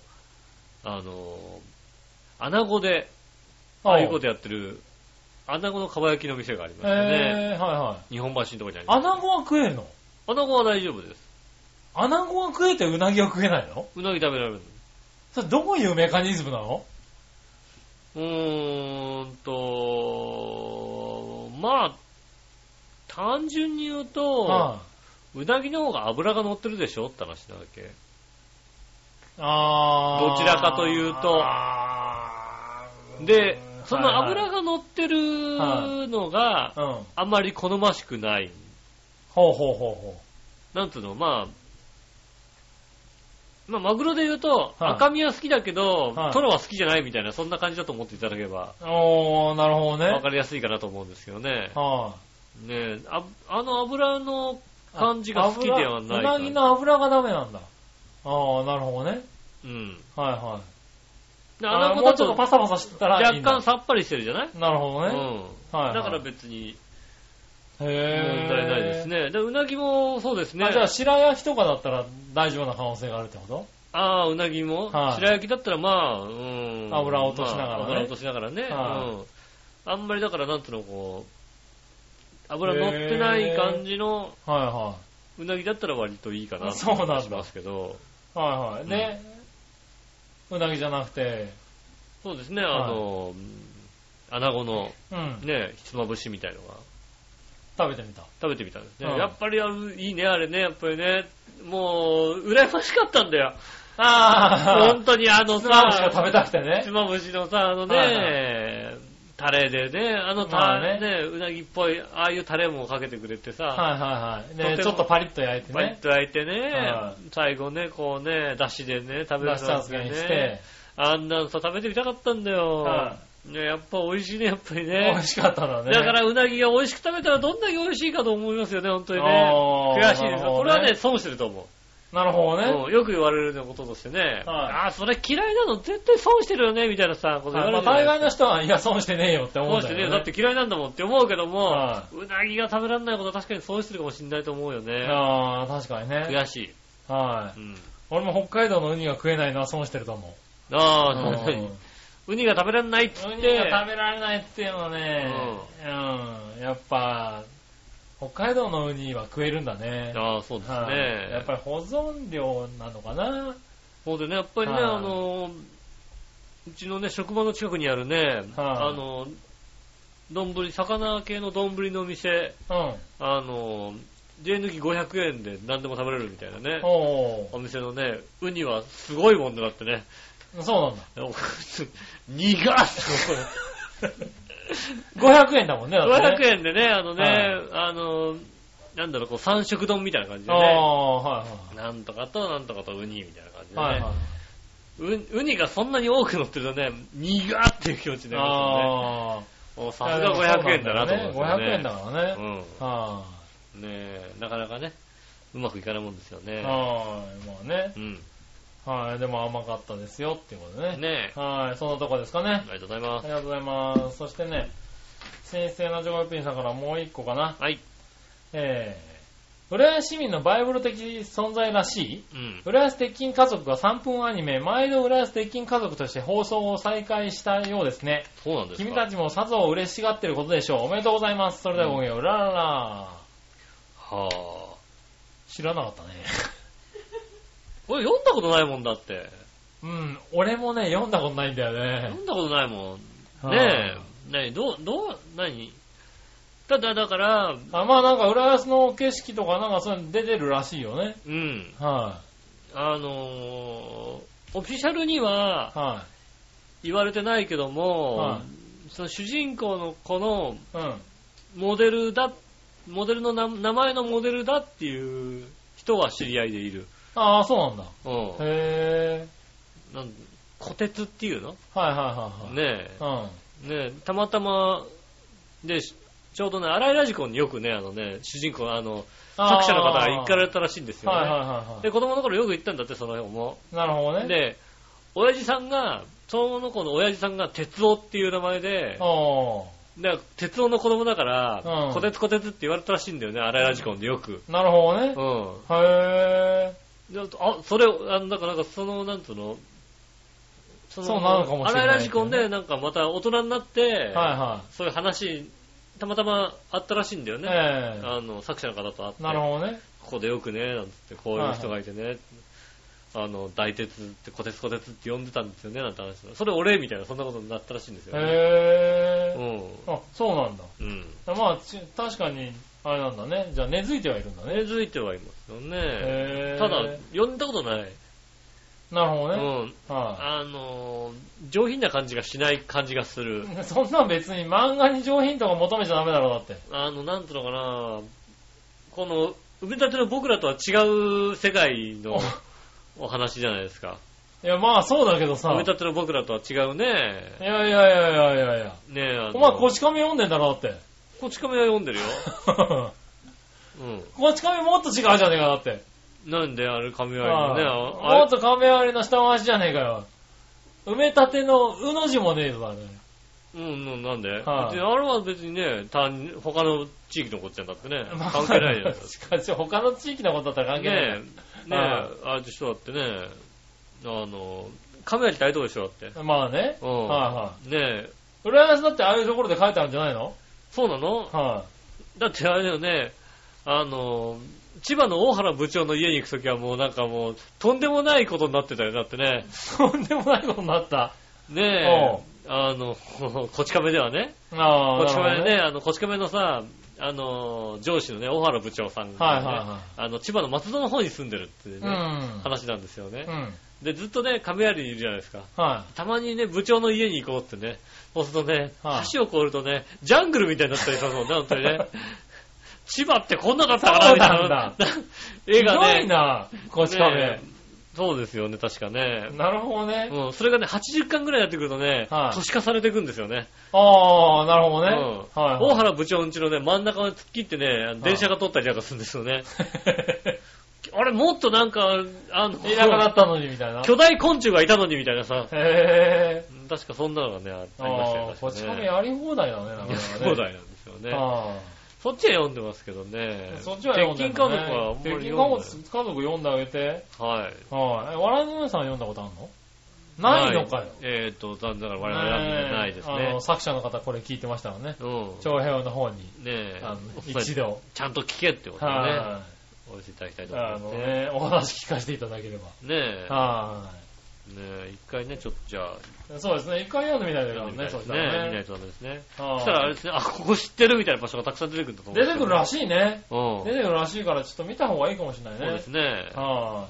穴子で、ああいうことやってる、穴子のかば焼きの店がありましたね。日本橋のところにあります。 穴子は食えるの？ 穴子は大丈夫です。 穴子は食えてうなぎは食えないの？ うなぎ食べられる。 それどういうメカニズムなの？ まあ、単純に言うと、うなぎの方が脂が乗ってるでしょって話なわけ。どちらかというと。で、その脂が乗ってるのがあんまり好ましくない。なんつうの、まあマグロで言うと、赤身は好きだけど、トロは好きじゃないみたいな、そんな感じだと思っていただければ。なるほどね。わかりやすいかなと思うんですけどね。ねえ、脂の感じが好きではない。 うなぎの脂がダメなんだ。なるほどね。 うん。 穴子だともうちょっとパサパサしてたらいいんだ。 若干さっぱりしてるじゃない？なるほどね。だから別に、問題ないですね。で、うなぎもそうですね。 じゃあ白焼きとかだったら大丈夫な可能性があるってこと？ うなぎも、白焼きだったら油を落としながらね。 油を落としながらね。あんまりだからなんていうのこう、油乗ってない感じの、うなぎだったら割といいかなと思いますけど。ね。うなぎじゃなくて。 そうですね、穴子の、ね、ひつまぶしみたいのが。 食べてみたんですね。やっぱりいいね、あれね、やっぱりね。もう、羨ましかったんだよ。本当にひつまぶしが食べたくてね。 ひつまぶしのさ、タレでね、うなぎっぽい、ああいうタレもかけてくれてさ。 ちょっとパリッと焼いてね。 パリッと焼いてね、最後ね、こうね、だしでね、食べるのね。あんなのさ、食べてみたかったんだよ。ね、やっぱ美味しいね、やっぱりね。 美味しかったんだね。 だからうなぎが美味しく食べたらどんだけ美味しいかと思いますよね、本当にね。悔しいですよ。これはね、損してると思う。 なるほどね。 よく言われるようなこととしてね。それ嫌いなの絶対損してるよね、みたいなさ、こと言われる。 大概の人は、いや、損してねえよって思うんだよね。 損してねえよ。だって嫌いなんだもんって思うけども、うなぎが食べられないことは確かに損してるかもしれないと思うよね。 確かにね。 悔しい。 俺も北海道のウニが食えないのは損してると思う。 ウニが食べられないって。ウニが食べられないっていうのはね、やっぱ、北海道のウニは食えるんだね。 そうですね。 やっぱり保存料なのかな。 そうでね、やっぱりね、うちのね、職場の近くにあるね、魚系の丼の店、税抜き500円で何でも食べれるみたいなね、お店のね、ウニはすごいもんだってね。 そうなんだ。 苦っ 500円だもんね、だってね。 500円でね、なんだろう、こう、三色丼みたいな感じでね。なんとかとなんとかとウニみたいな感じでね。ウニがそんなに多く乗ってるとね、苦っていう気持ちになりますよね。さすが500円だなと思って、ね。 500円だからね。 ねえ、なかなかね、うまくいかないもんですよね。 まあね。でも甘かったですよっていうことでね。そんなとこですかね。 ありがとうございます。 ありがとうございます。そしてね、先生のジョコヨッピンさんからもう一個かな。浦安市民のバイブル的存在らしい、浦安鉄筋家族が3分アニメ、毎度浦安鉄筋家族として放送を再開したようですね。 そうなんですか。 君たちもさぞ嬉しがってることでしょう。おめでとうございます。それではごきげんよう。うららら。知らなかったね。 俺読んだことないもんだって。 俺もね、読んだことないんだよね。 読んだことないもん。ねえ。何ただだから、 まあなんか浦安の景色とかなんかそういうの出てるらしいよね。 オフィシャルには、言われてないけども、その主人公の子の、モデルの名前のモデルだっていう人は知り合いでいる。 そうなんだ。 へぇ虎鉄っていうの？ねえ、たまたま、で、ちょうどね、荒井ラジコンによくね、主人公作者の方が行かれたらしいんですよね。で、子供の頃よく行ったんだって、その辺も。 なるほどね。 で、親父さんが、その子の親父さんが哲夫っていう名前で、 だから鉄夫の子供だから、コテツコテツって言われたらしいんだよね、荒井ラジコンでよく。 なるほどね。へそれ、だからなんかなんつうの、 そうなのかもしれない、ね。 荒井ラジコンでなんかまた大人になって、そういう話、たまたまあったらしいんだよね。作者の方と会って。 なるほどね。 ここでよくね、なんつって、こういう人がいてね、大鉄ってコテツコテツって呼んでたんですよね、なんて話。それ俺みたいな、そんなことになったらしいんですよね。 あ、そうなんだ。まあ、確かに、あれなんだね。じゃあ根付いてはいるんだね。 根付いてはいますよね。ただ、呼んだことない。 なるほどね。 上品な感じがしない感じがする。 そんな別に漫画に上品とか求めちゃダメだろう、だって。 なんていうのかな、この、埋め立ての僕らとは違う世界のお話じゃないですか。 いや、まあそうだけどさ。 埋め立ての僕らとは違うね。 いや。ねえ、お前、こち亀読んでんだろ、だって。 こち亀は読んでるよ。 こち亀もっと違うじゃねえか、だって。 なんであれ、亀有のね。 もっと亀有の下回しじゃねえかよ。埋め立てのうの字もねえぞ、あれ。 なんで、あれは別にね、他の地域のことじゃなくてね、関係ないじゃないですか。しかし、他の地域のことだったら関係ない。 ねえ、あれでしょ、だってね、亀有ってあれどうでしょ、だって。 まあね。 ねえ。 浦安だってああいうところで書いてあるんじゃないの？ そうなの？だってあれだよね、千葉の大原部長の家に行くときはもうなんかもう、とんでもないことになってたよ、だってね。 とんでもないことになった。 ねえ。こち亀ではね。こち亀でね、こち亀のさ、上司のね、大原部長さんがね、千葉の松戸の方に住んでるっていうね、話なんですよね。で、ずっとね、亀有にいるじゃないですか。たまにね、部長の家に行こうってね、そうするとね、橋を越えるとね、ジャングルみたいになったりするもんね、本当にね。千葉ってこんなだったかなみたいな。絵がね。 すごいな、こち亀。 そうですよね、確かね。 なるほどね。 それがね、80巻ぐらいやってくるとね、都市化されていくんですよね。 ああ、なるほどね。 大原部長んちのね、真ん中を突っ切ってね、電車が通ったりなんかするんですよね。あれ、もっとなんか、 いなくなったのにみたいな。 巨大昆虫がいたのにみたいなさ。確かそんなのがね、ありましたよね。 こち亀やり放題だね、 やり放題なんですよね。そっちは読んでますけどね。 そっちは読んでますね。 鉄筋家族はあんまり読んでない。鉄筋家族読んであげて。 はい。 笑いのお姉さん読んだことあるの？ないのかよ。 残念ながら我々はないですね。 作者の方これ聞いてましたらね。長編の方に。一度。 ちゃんと聞けってことだね。お寄せいただきたいと思いますね。 お話聞かせていただければ。 ねえ、一回ね、ちょっとじゃあ。 そうですね、一回読んでみないとダメね、そうしたらね。 見ないとダメですね。そしたらあれですね、ここ知ってるみたいな場所がたくさん出てくるんだと思う。 出てくるらしいね。出てくるらしいからちょっと見た方がいいかもしれないね。 そうですね。 はい、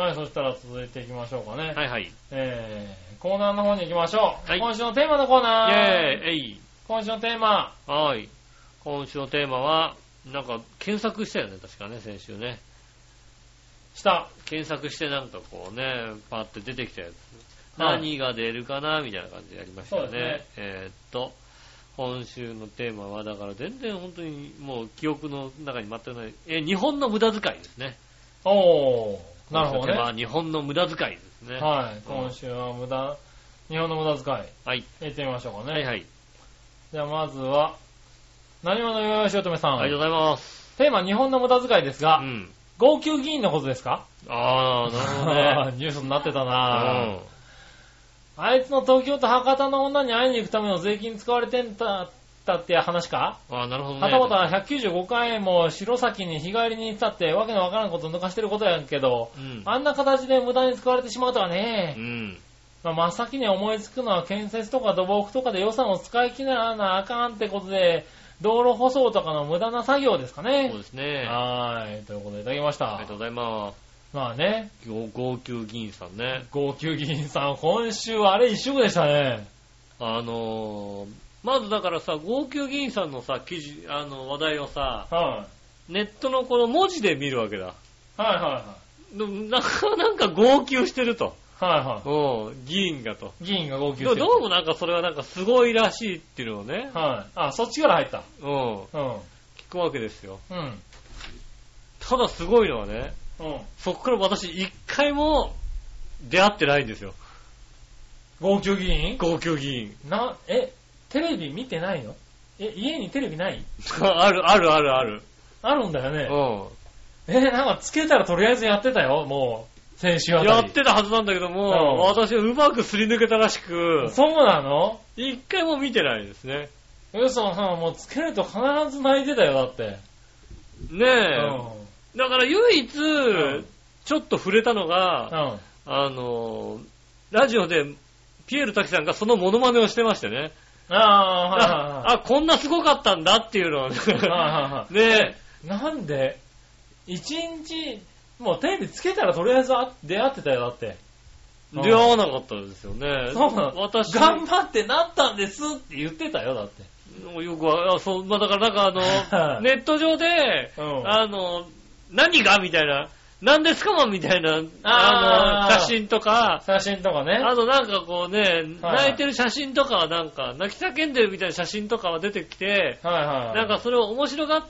そしたら続いていきましょうかね。 はい。 コーナーの方に行きましょう。今週のテーマのコーナー。今週のテーマ。 はい。今週のテーマは、なんか検索したよね、確かね、先週ね。検索してなんかこうね、パーって出てきたやつ。何が出るかなみたいな感じでやりましたよね。今週のテーマは、だから全然本当にもう記憶の中に全くない。日本の無駄遣いですね。 なるほどね。 日本の無駄遣いですね。 はい。今週は日本の無駄遣い。はい。やってみましょうかね。 はい。 じゃあまずは、何者よよしおとめさん。 ありがとうございます。 テーマ、日本の無駄遣いですが、号泣議員のことですか？ なるほどね。 ニュースになってたなあいつの東京と博多の女に会いに行くための税金使われてんだったって話か？ なるほどね。 はたまた195回も白崎に日帰りに行ったってわけのわからんこと抜かしてることやんけど、あんな形で無駄に使われてしまうとはね。真っ先に思いつくのは建設とか土木とかで予算を使い切らなあかんってことで、道路舗装とかの無駄な作業ですかね。 そうですね。 はい。ということでいただきました。 ありがとうございます。 まあね。 号泣議員さんね。 号泣議員さん、今週はあれ一色でしたね。 まずだからさ、号泣議員さんのさ、記事、話題をさ、ネットのこの文字で見るわけだ。なんか号泣してると。議員がと。 議員が号泣してる。 どうもなんかそれはなんかすごいらしいっていうのをね。 そっちから入った。 聞くわけですよ。ただすごいのはね、そこから私一回も出会ってないんですよ。 号泣議員？ 号泣議員。 テレビ見てないの？家にテレビない？ ある。あるんだよね。 なんかつけたらとりあえずやってたよ、もう。先週あたり。 やってたはずなんだけども、私はうまくすり抜けたらしく。 そうなの？ 一回も見てないですね。 嘘、もうつけると必ず泣いてたよ、だって。 ねえ。だから唯一、ちょっと触れたのが、ラジオでピエール滝さんがそのモノマネをしてましてね。こんなすごかったんだっていうのをね。ねえ。なんで一日、もうテレビつけたらとりあえず出会ってたよ、だって。 出会わなかったですよね。 そうなの。私。頑張ってなったんですって言ってたよ、だって。 よくは、だからなんかネット上で、何がみたいな、何ですかもみたいな、写真とかね。 なんかこうね、泣いてる写真とかはなんか、泣き叫んでるみたいな写真とかは出てきて、なんかそれを面白がって、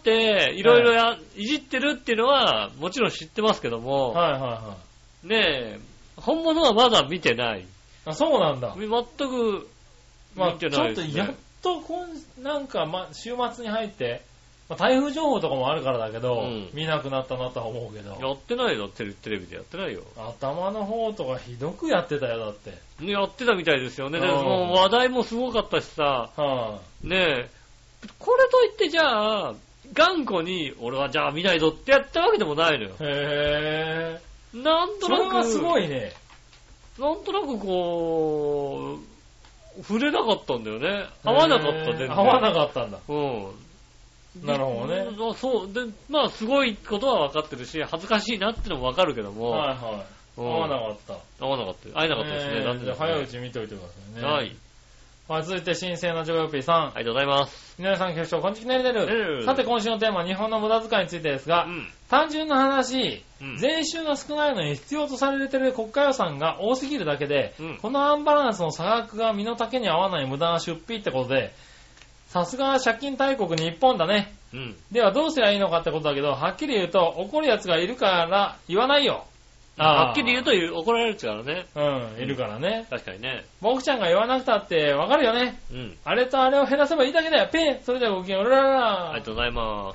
いろいろいじってるっていうのは、もちろん知ってますけども、ねえ、本物はまだ見てない。 そうなんだ。 全く見てないですね。 ちょっとやっとなんか、週末に入って、台風情報とかもあるからだけど、見なくなったなとは思うけど。 やってないよ、テレビでやってないよ。 頭の方とかひどくやってたよ、だって。 やってたみたいですよね。もう話題もすごかったしさ、ねえ、これといってじゃあ、頑固に、俺はじゃあ見ないぞってやったわけでもないのよ。 へぇー。なんとなく。 それはすごいね。 なんとなくこう、触れなかったんだよね。合わなかった、全然。 合わなかったんだ。 なるほどね。そう。で、すごいことは分かってるし、恥ずかしいなってのも分かるけども。 合わなかった。 会えなかったですね。なんで早いうち見といてくださいね。 はい。 続いて、新鮮なジョヨピーさん。 ありがとうございます。 皆さん、局長、こんにちは、ねる。さて、今週のテーマは日本の無駄遣いについてですが、単純な話、税収が少ないのに必要とされている国家予算が多すぎるだけで、このアンバランスの差額が身の丈に合わない無駄な出費ってことで、さすが借金大国日本だね。ではどうすりゃいいのかってことだけど、はっきり言うと怒る奴がいるから言わないよ。 はっきり言うと怒られるからね。 いるからね。 確かにね。 僕ちゃんが言わなくたってわかるよね。あれとあれを減らせばいいだけだよ。それではごきげんよう。 ありがとうございます。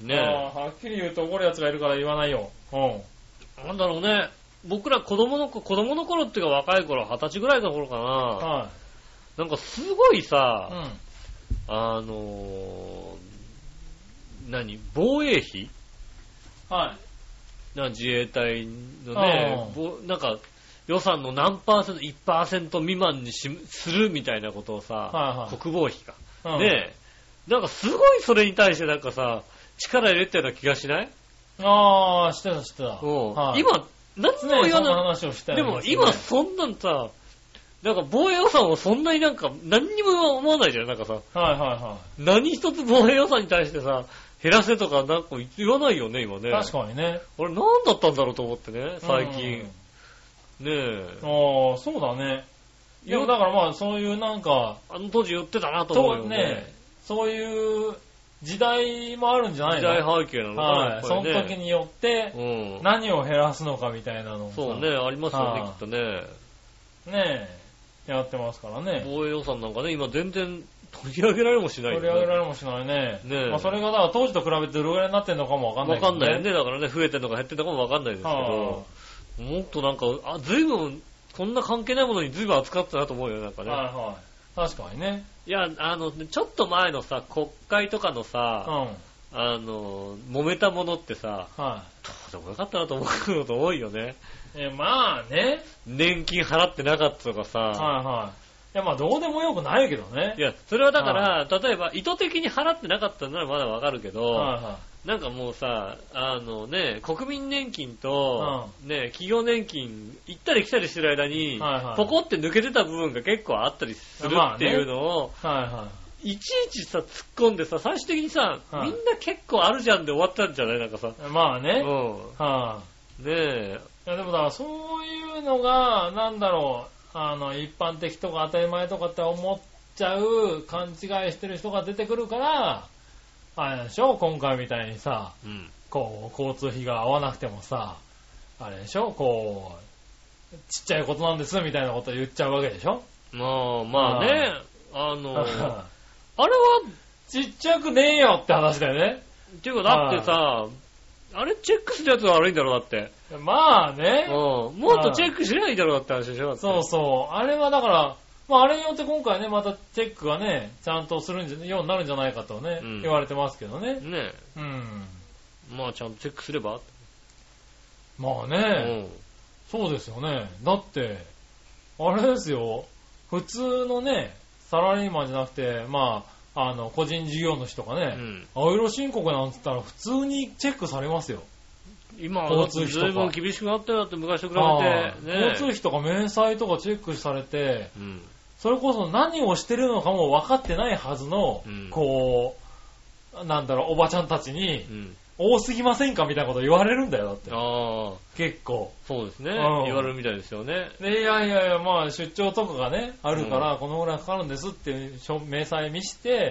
ねえ。 はっきり言うと怒る奴がいるから言わないよ。 なんだろうね。僕ら子供の頃っていうか若い頃、20歳ぐらいの頃かな。なんかすごいさ、防衛費自衛隊のね、なんか予算の何%、1% 未満にするみたいなことをさ、国防費か。ねえ、なんかすごいそれに対してなんかさ、力入れたような気がしない？ してた。 今、何も言わない。 でも今そんなんさ、なんか防衛予算をそんなになんか何にも思わないじゃん、なんかさ。何一つ防衛予算に対してさ、減らせとかなんか言わないよね、今ね。 確かにね。 俺何だったんだろうと思ってね、最近。ねえ。 そうだね。いや、だからそういうなんか、 当時言ってたなと思うよね。 そういう時代もあるんじゃないの？ 時代背景なのかな。 その時によって、何を減らすのかみたいなのも。 そうね、ありますよね、きっとね。 ねえ。やってますからね。 防衛予算なんかね、今全然取り上げられもしない、 取り上げられもしないね。それがだから当時と比べてどれぐらいになってんのかもわかんない、 わかんないよね。だからね、増えてんのか減ってんのかもわかんないですけど、もっとなんか、随分、こんな関係ないものに随分扱ってたなと思うよ、なんかね。 確かにね。 いや、ちょっと前のさ、国会とかのさ、揉めたものってさ、どうでもよかったなと思うこと多いよね。 ね。 年金払ってなかったとかさ。 いや、どうでもよくないけどね。 いや、それはだから、例えば意図的に払ってなかったならまだわかるけど、なんかもうさ、国民年金と、企業年金、行ったり来たりしてる間に、ポコって抜けてた部分が結構あったりするっていうのを、いちいちさ、突っ込んでさ、最終的にさ、みんな結構あるじゃんで終わったんじゃないなんかさ。ねえ。 いや、でもだからそういうのが、なんだろう、一般的とか当たり前とかって思っちゃう、勘違いしてる人が出てくるから、あれでしょ、今回みたいにさ、こう、交通費が合わなくてもさ、あれでしょ、こう、ちっちゃいことなんですみたいなこと言っちゃうわけでしょ。 まあね、 あれは、 ちっちゃくねえよって話だよね。 っていうか、だってさ、あれチェックするやつが悪いんだろう、だって。 まあね。 もっとチェックしないだろうって話でしょ。 そうそう。あれはだから、まああれによって今回ね、またチェックがね、ちゃんとするようになるんじゃないかとね、言われてますけどね。 ねえ。うん。 まあちゃんとチェックすれば。 まあね、そうですよね。だって、あれですよ、普通のね、サラリーマンじゃなくて、まあ、個人事業主とかね、青色申告なんて言ったら普通にチェックされますよ。 今は交通費とか随分厳しくなったよって昔と比べて、 ね、交通費とか明細とかチェックされて、それこそ何をしてるのかも分かってないはずの、こう、なんだろう、おばちゃんたちに、多すぎませんかみたいなこと言われるんだよ、だって。結構。 そうですね。言われるみたいですよね。 で、いや、まあ出張とかがね、あるから、このぐらいかかるんですっていう明細見して、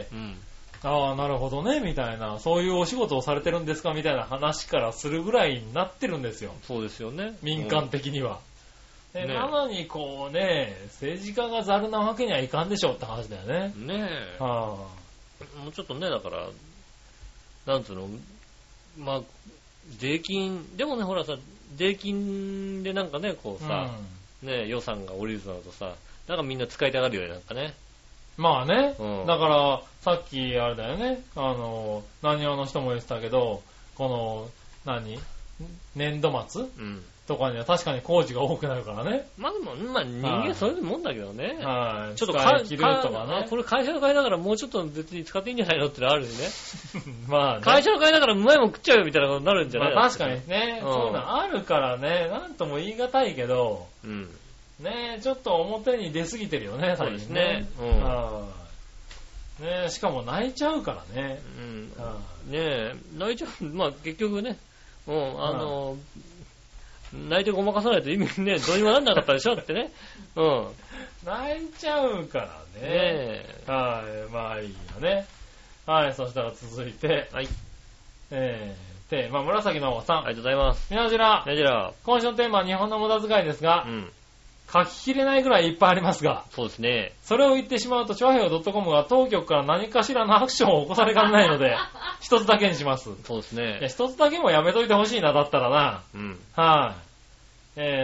ああ、なるほどね、みたいな、そういうお仕事をされてるんですかみたいな話からするぐらいになってるんですよ。 そうですよね。 民間的には。なのに、こうね、政治家がザルなわけにはいかんでしょうって話だよね。 ねえ。もうちょっとね、だから、なんつうの、まあ、税金、でもね、ほらさ、税金でなんかね、こうさ、ね、予算が降りるとなるとさ、なんかみんな使いたがるよね、なんかね。 まあね、だから、さっきあれだよね、何話の人も言ってたけど、この、年度末、とかには確かに工事が多くなるからね。 まあでも、人間そういうもんだけどね。 はい。 ちょっと使い切るとかね。 これ会社の会だからもうちょっと別に使っていいんじゃないのってのあるしね。 まあね。 会社の会だからうまいもん食っちゃうよみたいなことになるんじゃないまあ確かにね、そういうのあるからね、なんとも言い難いけど、ね、ちょっと表に出過ぎてるよね、 そうですね。 ね、しかも泣いちゃうからね。 ね泣いちゃう。まあ結局ね、泣いてごまかさないと意味ね、どうにもなんなかったでしょってね。 泣いちゃうからね。はい、まあいいよね。はい、そしたら続いて。はい。まあ紫のおばさん。 ありがとうございます。 みなじら。今週のテーマは日本の無駄遣いですが、書ききれないぐらいいっぱいありますが。 そうですね。 それを言ってしまうと、超平洋 .com が当局から何かしらのアクションを起こされかねないので、一つだけにします。 そうですね。 一つだけもやめといてほしいな、だったらな。はい。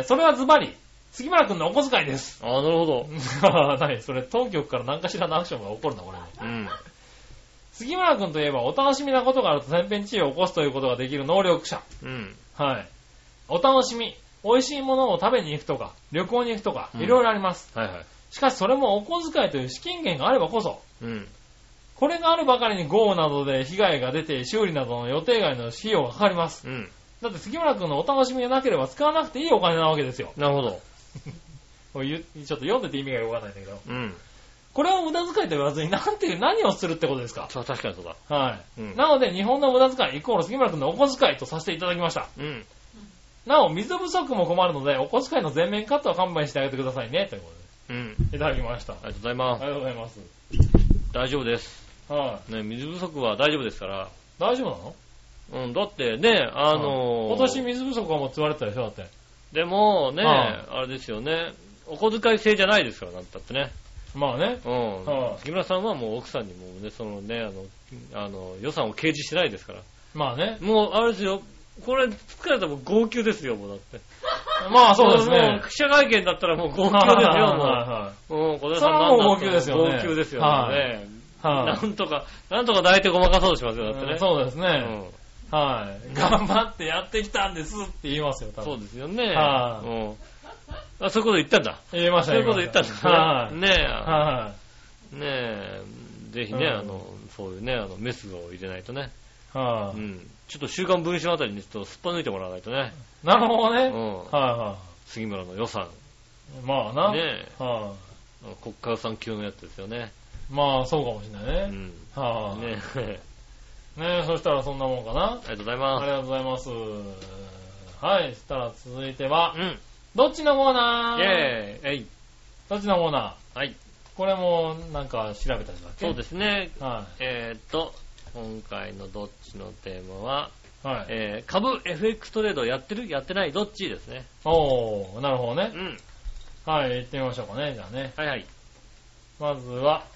それはズバリ、杉村くんのお小遣いです。 なるほど。 何それ、当局から何かしらのアクションが起こるんだ、これ。杉村くんといえば、お楽しみなことがあると天変地異を起こすということができる能力者。はい。お楽しみ。美味しいものを食べに行くとか、旅行に行くとか、いろいろあります。しかしそれもお小遣いという資金源があればこそ、これがあるばかりに豪雨などで被害が出て修理などの予定外の費用がかかります。だって杉村くんのお楽しみがなければ使わなくていいお金なわけですよ。 なるほど。 ちょっと読んでて意味がよくわかんないんだけど。これを無駄遣いと言わずに何をするってことですか？ そう、確かにそうだ。 はい。なので日本の無駄遣いイコール杉村くんのお小遣いとさせていただきました。なお、水不足も困るので、お小遣いの全面カットは勘弁してあげてくださいね、ということで。いただきました。 ありがとうございます。 ありがとうございます。 大丈夫です。ね、水不足は大丈夫ですから。 大丈夫なの？ だってね、 今年水不足はもうつわれてたでしょ、だって。 でもね、あれですよね、お小遣い制じゃないですから、なんたってね。 まあね。 杉村さんはもう奥さんにもね、予算を掲示してないですから。 まあね。 もう、あれですよ、これ、疲れたらもう号泣ですよ、もうだって。 まあそうですね。 もう記者会見だったらもう号泣ですよ、もう。小田さんなんだ号泣ですよね。 号泣ですよね。なんとか抱いてごまかそうとしますよ、だってね。 そうですね。はい。頑張ってやってきたんですって言いますよ、多分。 そうですよね。そういうこと言ったんだ。 言いましたそういうこと言ったんだ。ねえ。ぜひね、そういうね、メスを入れないとね。ちょっと週刊文春あたりにちょっとすっぱ抜いてもらわないとね。 なるほどね。 杉村の予算。 まあな。 ねえ。国家予算級のやつですよね。 まあそうかもしれないね。ねえ、そしたらそんなもんかな。 ありがとうございます。 ありがとうございます。はい、そしたら続いては、どっちのコーナー？ イェーイ。 どっちのコーナー？はい。 これもなんか調べたんだっけ？ そうですね。今回のどっちのテーマは、株 FX トレードやってる？やってない？どっちですね。 なるほどね。はい、行ってみましょうかね、じゃあね。 はいはい。 まずは、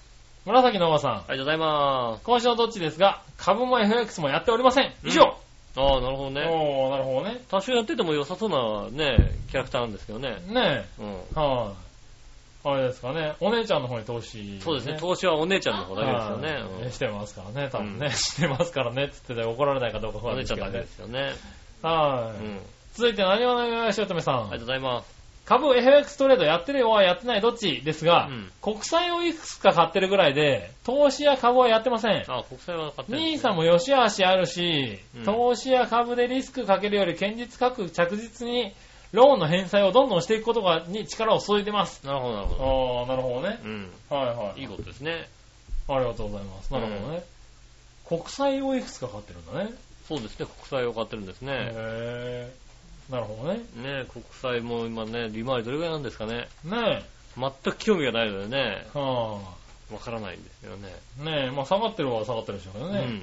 紫のおばさん。 ありがとうございます。 今週のどっちですが、株も FX もやっておりません。以上。 ああ、なるほどね。 なるほどね。 多少やってても良さそうなね、キャラクターなんですけどね。 ねえ。はい、あれですかね。お姉ちゃんの方に投資、ね。 そうですね。投資はお姉ちゃんの方だけですよね。 してますからね、多分ね。してますからねって言ってて怒られないかどうか不安ですけどね。 お姉ちゃんだけですよね。 はい、続いて何をお願いしようとめさん。ありがとうございます。 株 FX トレードやってるよはやってないどっちですが、国債をいくつか買ってるぐらいで、投資や株はやってません。 あ、国債は買ってる、 ね。NISA も良し悪しあるし、投資や株でリスクかけるより堅実かく着実にローンの返済をどんどんしていくことに力を注いでます。 なるほど、なるほど。なるほどね。はいはい。 いいことですね。 ありがとうございます。なるほどね。国債をいくつか買ってるんだね。 そうですね、国債を買ってるんですね。 へー。なるほどね。 ねえ、国債も今ね、利回りどれぐらいなんですかね。 ねえ。 全く興味がないのでね。 わからないんですよね。 ねえ、まあ下がってるは下がってるでしょうけどね。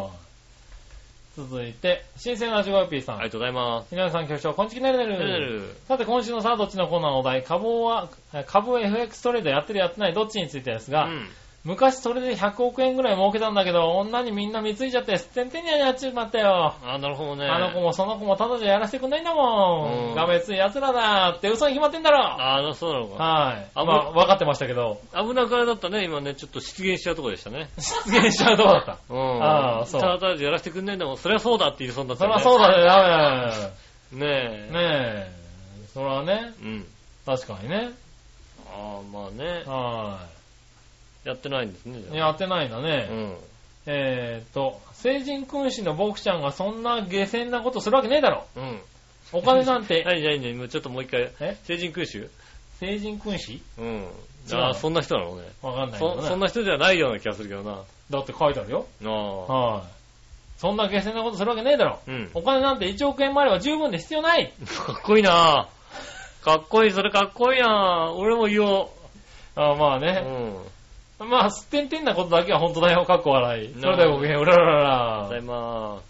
続いて、新鮮なジョガピーさん。 ありがとうございます。 皆さん、局長、こんちきねるねる。さて、今週のさあ、どっちのコーナーのお題、株 FX トレードやってるやってないどっちについてですが、昔それで100億円ぐらい儲けたんだけど、女にみんな見ついちゃって、すってんてんにやっちまったよ。 なるほどね。 あの子もその子もただじゃやらせてくんないんだもん。がめつい奴らだって嘘に決まってんだろ。 そうなのか。 はい。まあ、分かってましたけど。 危なくあれだったね、今ね、ちょっと出現しちゃうとこでしたね。 出現しちゃうとこだった。 そう。ただじゃやらせてくんないんだもん。そりゃそうだって言いそうになったね。 そりゃそうだね、ダメ。ねえ。 ねえ。そりゃね。確かにね。 まあね。やってないんですね。 やってないんだね。成人君子の僕ちゃんがそんな下船なことするわけねえだろ。お金なんて。 何ちょっともう一回。成人君子？成人君子？ そんな人なのね。 わかんないけどね。 そんな人じゃないような気がするけどな。 だって書いてあるよ。そんな下船なことするわけねえだろ。お金なんて1億円もあれば十分で必要ない。 かっこいいなかっこいい、それかっこいいな俺も言おう。 まあね。まあ、すってんてんなことだけは本当だよ、かっこ笑い。それではごきげん、うららら。 ただいま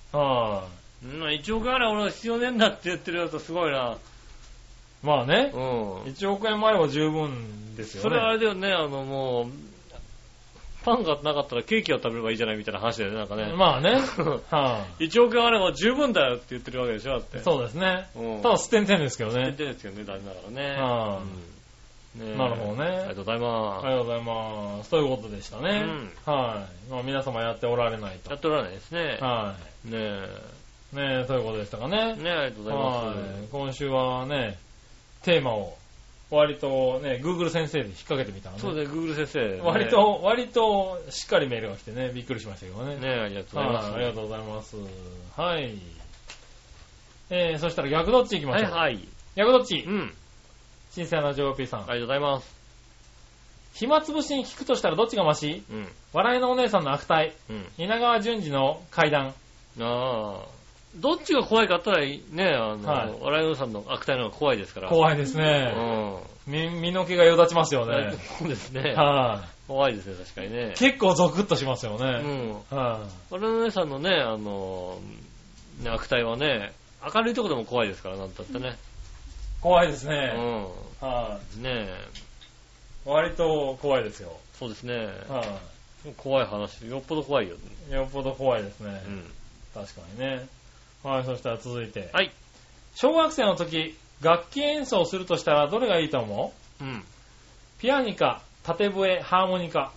1億円あれば俺は必要ねえんだって言ってるやつすごいな。 まあね。1億円もあれば十分ですよね。 それはあれだよね、もう、パンがなかったらケーキを食べればいいじゃないみたいな話だよね、なんかね。 まあね。 1億円あれば十分だよって言ってるわけでしょ、だって。 そうですね。ただ、すってんてんですけどね。 すってんてんですけどね、残念ながらね。 なるほどね。 ありがとうございます。 ありがとうございます。ということでしたね。はい。まあ皆様やっておられないと。 やっておられないですね。 はい。ねえ、ということでしたかね。 ねえ、ありがとうございます。 今週はね、テーマを割とね、Google 先生で引っ掛けてみたのね。 そうですね、Google 先生。 割としっかりメールが来てね、びっくりしましたけどね。 ねえ、ありがとうございます。 ありがとうございます。はい。そしたら逆どっち行きましょう。 はい。 逆どっち？新鮮なジョーピーさん。 ありがとうございます。 暇つぶしに聞くとしたらどっちがマシ？笑いのお姉さんの悪態。稲川淳二の怪談。 どっちが怖いかったらね、笑いのお姉さんの悪態の方が怖いですから。 怖いですね。身の毛がよだちますよね。 そうですね。怖いですね、確かにね。 結構ゾクッとしますよね。 笑いのお姉さんのね、悪態はね、明るいとこでも怖いですから、なんたってね。 怖いですね。 ねえ。 割と怖いですよ。 そうですね。怖い話。よっぽど怖いよね。よっぽど怖いですね。確かにね。はい、そしたら続いて。 はい。 小学生の時、楽器演奏するとしたらどれがいいと思う？ピアニカ、縦笛、ハーモニカ。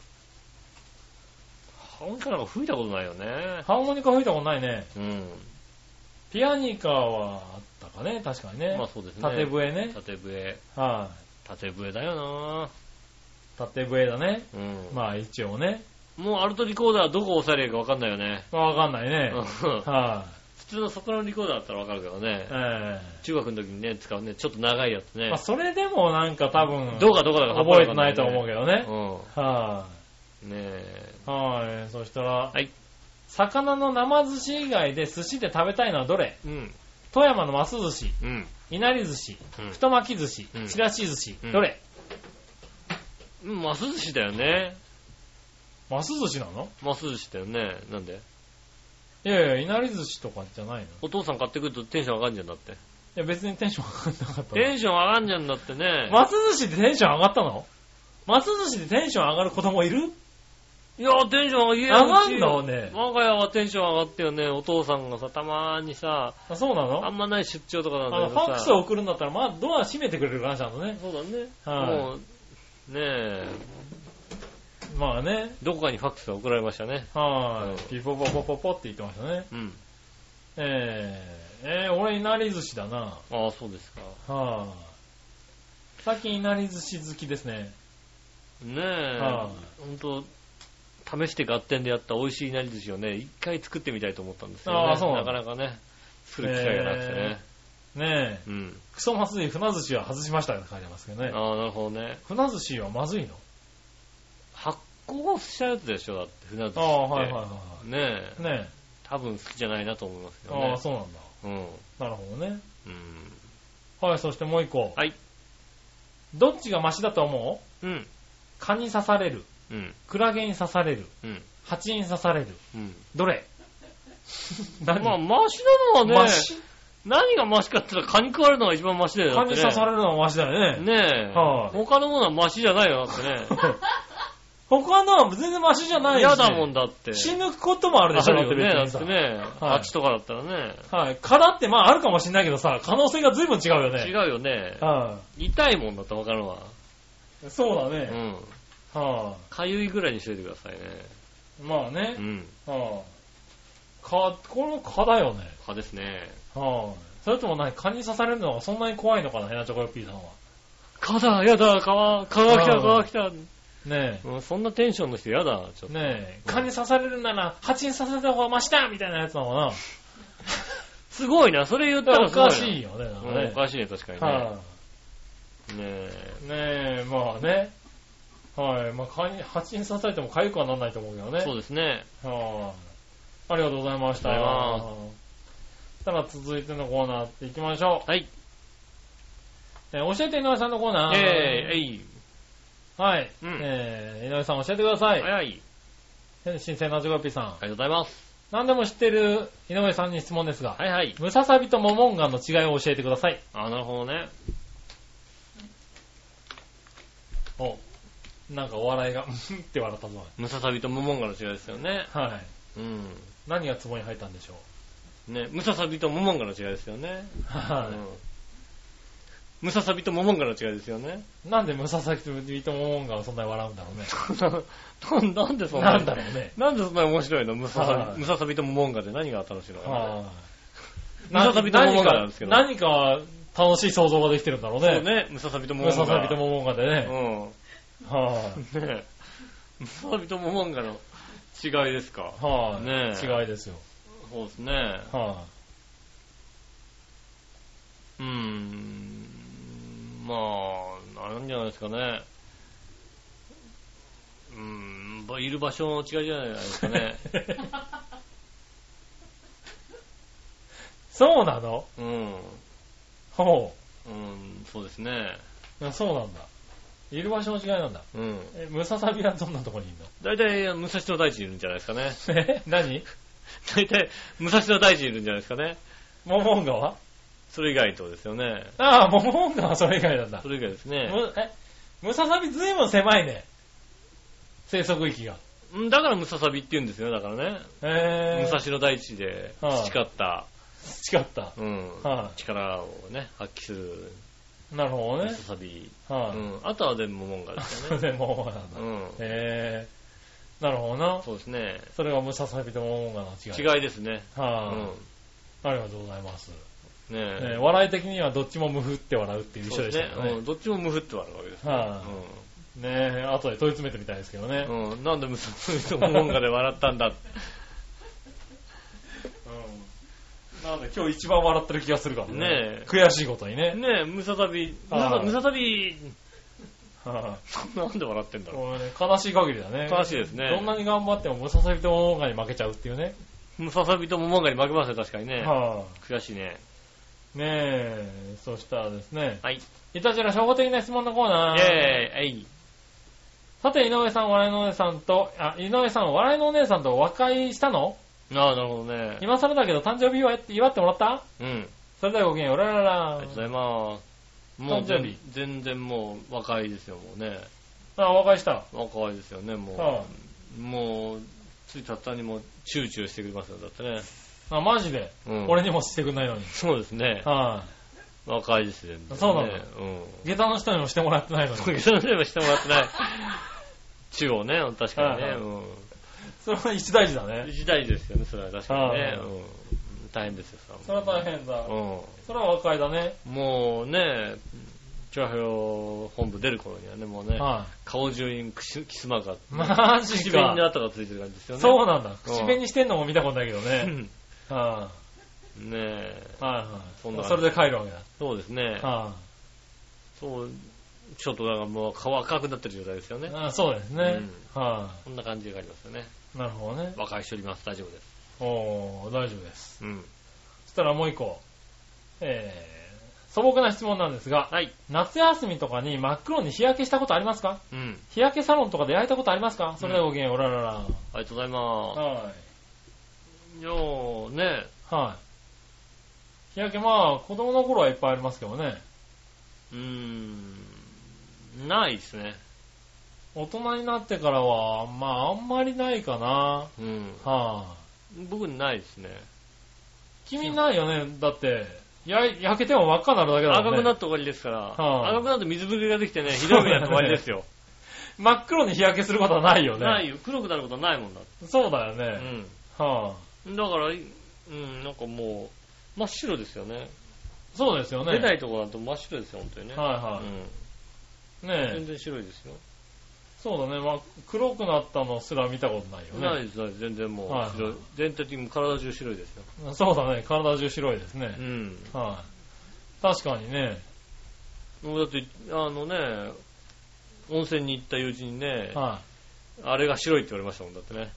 ハーモニカなんか吹いたことないよね。 ハーモニカ吹いたことないね。ピアニカはあったかね、確かにね。 まあそうですね。 縦笛ね。 縦笛。縦笛だよな。 縦笛だね。まあ一応ね。 もうアルトリコーダーどこ押さえればいいかわかんないよね。 わかんないね。 普通のソプラノリコーダーだったらわかるけどね。中学の時にね、使うね、ちょっと長いやつね。 まあそれでもなんか多分、 どこだか覚えてないと思うけどね。 ねえ。 そしたら、魚の生寿司以外で寿司で食べたいのはどれ？富山のマス寿司、いなり寿司、太巻き寿司、ちらし寿司、どれ？ マス寿司だよね。 マス寿司なの？ マス寿司だよね。なんで？ いや、いなり寿司とかじゃないの？ お父さん買ってくるとテンション上がんじゃんだって。いや、別にテンション上がんなかった。 テンション上がんじゃんだってね。 マス寿司でテンション上がったの？マス寿司でテンション上がる子供いる？ いや、テンション上がんのね。 我が家はテンション上がってよね。お父さんがさ、たまーにさ。 あ、そうなの？ あんまない出張とかなんだけどさ。 ファックスを送るんだったら、まあ、ドア閉めてくれるかな、ちゃんとね。 そうだね。もう、ねえ。 まあね。 どこかにファックスが送られましたね。 はい。ピポポポポポって言ってましたね。うん。俺、いなり寿司だな。 ああ、そうですか。 はい。最近いなり寿司好きですね。 ねえ。ほんと、試して合点でやった美味しいいなり寿司をね、一回作ってみたいと思ったんですけどね。 ああ、そうなかなかね、作る機会がなくてね。 ねえ。うん。クソまずい船寿司は外しましたって書いてますけどね。 ああ、なるほどね。 船寿司はまずいの？ 発酵しちゃうやつでしょ、だって船寿司って。ああ、はいはいはい。 ねえ。ねえ。多分好きじゃないなと思いますけどね。 ああ、そうなんだ。うん。なるほどね。 うん。 はい、そしてもう一個。 はい。 どっちがマシだと思う？うん。蚊に刺される。うん。クラゲに刺される。うん。蜂に刺される。うん。どれ？ まあ、マシなのはね、何がマシかって言ったら蚊に食われるのが一番マシだよね。 蚊に刺されるのはマシだよね。 ねえ。はい。他のものはマシじゃないよ、だってね。 他のは全然マシじゃないし。 嫌だもんだって。 死ぬこともあるでしょ。 あるよね、だってね。蜂とかだったらね。 はい。蚊だってまああるかもしれないけどさ、可能性が随分違うよね。 違うよね。はい。痛いもんだってわかるわ。 そうだね。 うん。はい。かゆいぐらいにしといてくださいね。 まあね。うん。はい。これも蚊だよね。 蚊ですね。 はい。それとも蚊に刺されるのがそんなに怖いのかな、ヘナチョコヨッピーさんは。 蚊だ、やだ、蚊が来た、蚊が来た。 ねえ。そんなテンションの人やだ、ちょっと。 ねえ。蚊に刺されるなら、蜂に刺された方がマシだみたいなやつなのかな。 すごいな、それ言ったらおかしいよね、 おかしいね、確かにね。ねえ。まあね。はい。まあ、蜂に刺されても痒くはならないと思うけどね。 そうですね。 はい。ありがとうございました。ただ続いてのコーナーっていきましょう。 はい。 教えて井上さんのコーナー。はい。うん、井上さん教えてください。 はい。 新鮮なジョガピーさん。 ありがとうございます。 何でも知ってる井上さんに質問ですが。 はいはい。 ムササビとモモンガの違いを教えてください。 あ、なるほどね。 お、なんかお笑いがって笑ったぞ。 ムササビとモモンガの違いですよね。 はい。うん。何がツボに入ったんでしょう。ね、ムササビとモモンガの違いですよね。はい。ムササビとモモンガの違いですよね。 なんでムササビとモモンガはそんなに笑うんだろうね。 なんでそんななんだろうね。 なんでそんなに面白いのムササビとモモンガで何が楽しいのかな。ムササビとモモンガなんですけど。 何か楽しい想像ができてるんだろうね。 そうね、ムササビとモモンガ。 ムササビとモモンガでね。 うん。はい。ねムササビとモモンガの違いですか。 はい。ね違いですよ。 そうですね。はい。まあ、なんじゃないですかね。いる場所の違いじゃないですかね。 そうなの？ うん。 ほう。そうですね。 そうなんだ。いる場所の違いなんだ。うん。ムササビはどんなとこにいるの？ 大体、武蔵野大地にいるんじゃないですかね。 何？ 大体、武蔵野大地にいるんじゃないですかね。 モモンガは？ それ以外とですよね。 ああ、モモンガはそれ以外なんだ。 それ以外ですね。 ムササビずいぶん狭いね。生息域が。 だからムササビって言うんですよ、だからね。武蔵野大地で培った。うん。力をね、発揮する。 なるほどね。 ムササビ。あとは全部モモンガですよね。 全部モモンガなんだ。なるほどな。 そうですね。 それがムササビとモモンガの違い。 違いですね。 ありがとうございます。ね笑い的にはどっちもムフって笑うっていう一緒でしたけどね。 どっちもムフって笑うわけですね。ね後で問い詰めてみたいですけどね。 なんでムササビとモモンガで笑ったんだって。 なんで今日一番笑ってる気がするからね。 悔しいことにね。 ねムササビ。なんで笑ってんだろう。悲しい限りだね。 悲しいですね。 どんなに頑張ってもムササビとモモンガに負けちゃうっていうね。 ムササビとモモンガに負けますね、確かにね。悔しいね。 ねえ、そしたらですね。 はい。 いたじら初歩的な質問のコーナー。さて、井上さん、笑いのお姉さんと、井上さん、笑いのお姉さんと和解したの？ なるほどね。 今更だけど、誕生日祝ってもらった？うん。それではごきげんよう、おららら。 ありがとうございます。もう全然もう和解ですよ、もうね。 和解した。 和解ですよね、もう。 もう、ついたったにもチューチューしてくれますよ、だってね。 あ、マジで、俺にもしてくんないのに。 そうですね。 はい、 若いですよね。 そうなんだ。下駄の人にもしてもらってないのに。 下駄の人にもしてもらってない。チューをね、確かにね。 それは一大事だね。 一大事ですよね、それは確かにね。大変ですよ、 それは大変だ。それは若いだね。 もうね、調和表本部出る頃にはね、もうね、顔中にキスマークがあって、 マジか。 口紅の跡がついてる感じですよね。 そうなんだ。口紅してんのも見たことないけどね。 ねえ。 それで帰るわけだ。 そうですね。そう、ちょっとだからもう顔赤くなってる状態ですよね。 そうですね。 こんな感じがありますよね。 なるほどね。 和解しております。大丈夫です。 大丈夫です。そしたらもう一個。素朴な質問なんですが、夏休みとかに真っ黒に日焼けしたことありますか？日焼けサロンとかで焼いたことありますか？それではごきげんよう、おららら。 ありがとうございます。いやーね。 日焼けまあ、子供の頃はいっぱいありますけどね。 ないですね。 大人になってからは、まあ、あんまりないかな。 僕ないですね。 君ないよね。だって、焼けても真っ赤になるだけだもんね。 赤くなって終わりですから。赤くなって水ぶりができてね、ひどい目になって終わりですよ。 真っ黒に日焼けすることはないよね。 ないよ。黒くなることはないもんだって。 そうだよね。 だから、なんかもう、真っ白ですよね。 そうですよね。 出ないところだと真っ白ですよ、本当にね。ねえ。全然白いですよ。 そうだね。まあ、黒くなったのすら見たことないよね。 ないです、ないです。全然もう白い。全体的に体中白いですよ。 そうだね。体中白いですね。確かにね。 だって、温泉に行った友人にね、あれが白いって言われましたもん、だってね。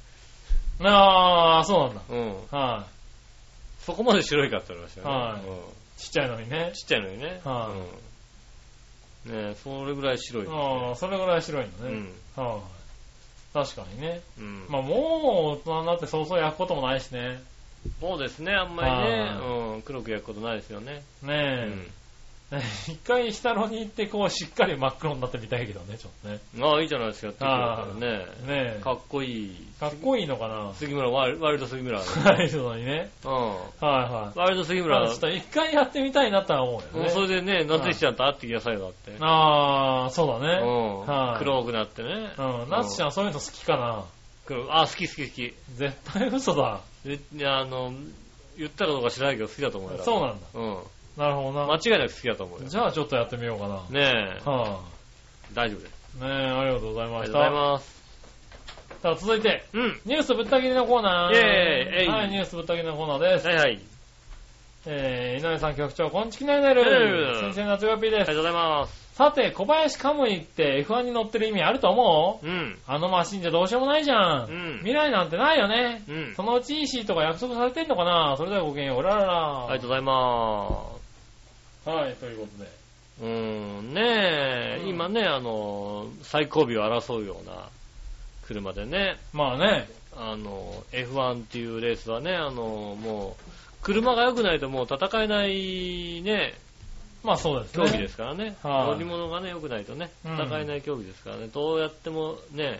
そうなんだ。 そこまで白いかって言われましたよね。 ちっちゃいのにね。 ちっちゃいのにね。ねえ、それぐらい白いですね。 それぐらい白いのね。確かにね。まあもう大人になってそうそう焼くこともないしね。 そうですね、あんまりね、黒く焼くことないですよね。 ねえ。一回下野に行ってこうしっかり真っ黒になってみたいけどね、ちょっとね。 いいじゃないですか、ね。かっこいい。 かっこいいのかな。 杉村、ワイルド杉村。 ワイルドにね。ワイルド杉村。 ちょっと一回やってみたいなとは思うよね。 それでね、夏日ちゃんと会ってきなさいよ、だって。 そうだね。 黒くなってね。 夏ちゃんそういうの好きかな。 好き。絶対嘘だ。 言ったかどうか知らないけど好きだと思うよ。 そうなんだ。なるほどな。 間違いなく好きだと思うよ。 じゃあちょっとやってみようかな。 ねえ。大丈夫です。 ねえ、ありがとうございました。 ありがとうございます。 さあ続いて、ニュースぶった切りのコーナー。 イェーイ。 はい、ニュースぶった切りのコーナーです。 はいはい。 井上さん局長、こんちきなる。先生夏がぴーです。 ありがとうございます。 さて、小林カムイって F1 に乗ってる意味あると思う？あのマシンじゃどうしようもないじゃん。未来なんてないよね。そのうちいいシートが約束されてんのかな。それではごきげんよう、おららら。 ありがとうございます。 はい、ということで。 ねえ、今ね、最後尾を争うような車でね。 まあね。 F1 っていうレースはね、もう、車が良くないともう戦えないね、 まあそうですね。 競技ですからね。乗り物がね、良くないとね、戦えない競技ですからね。どうやってもね、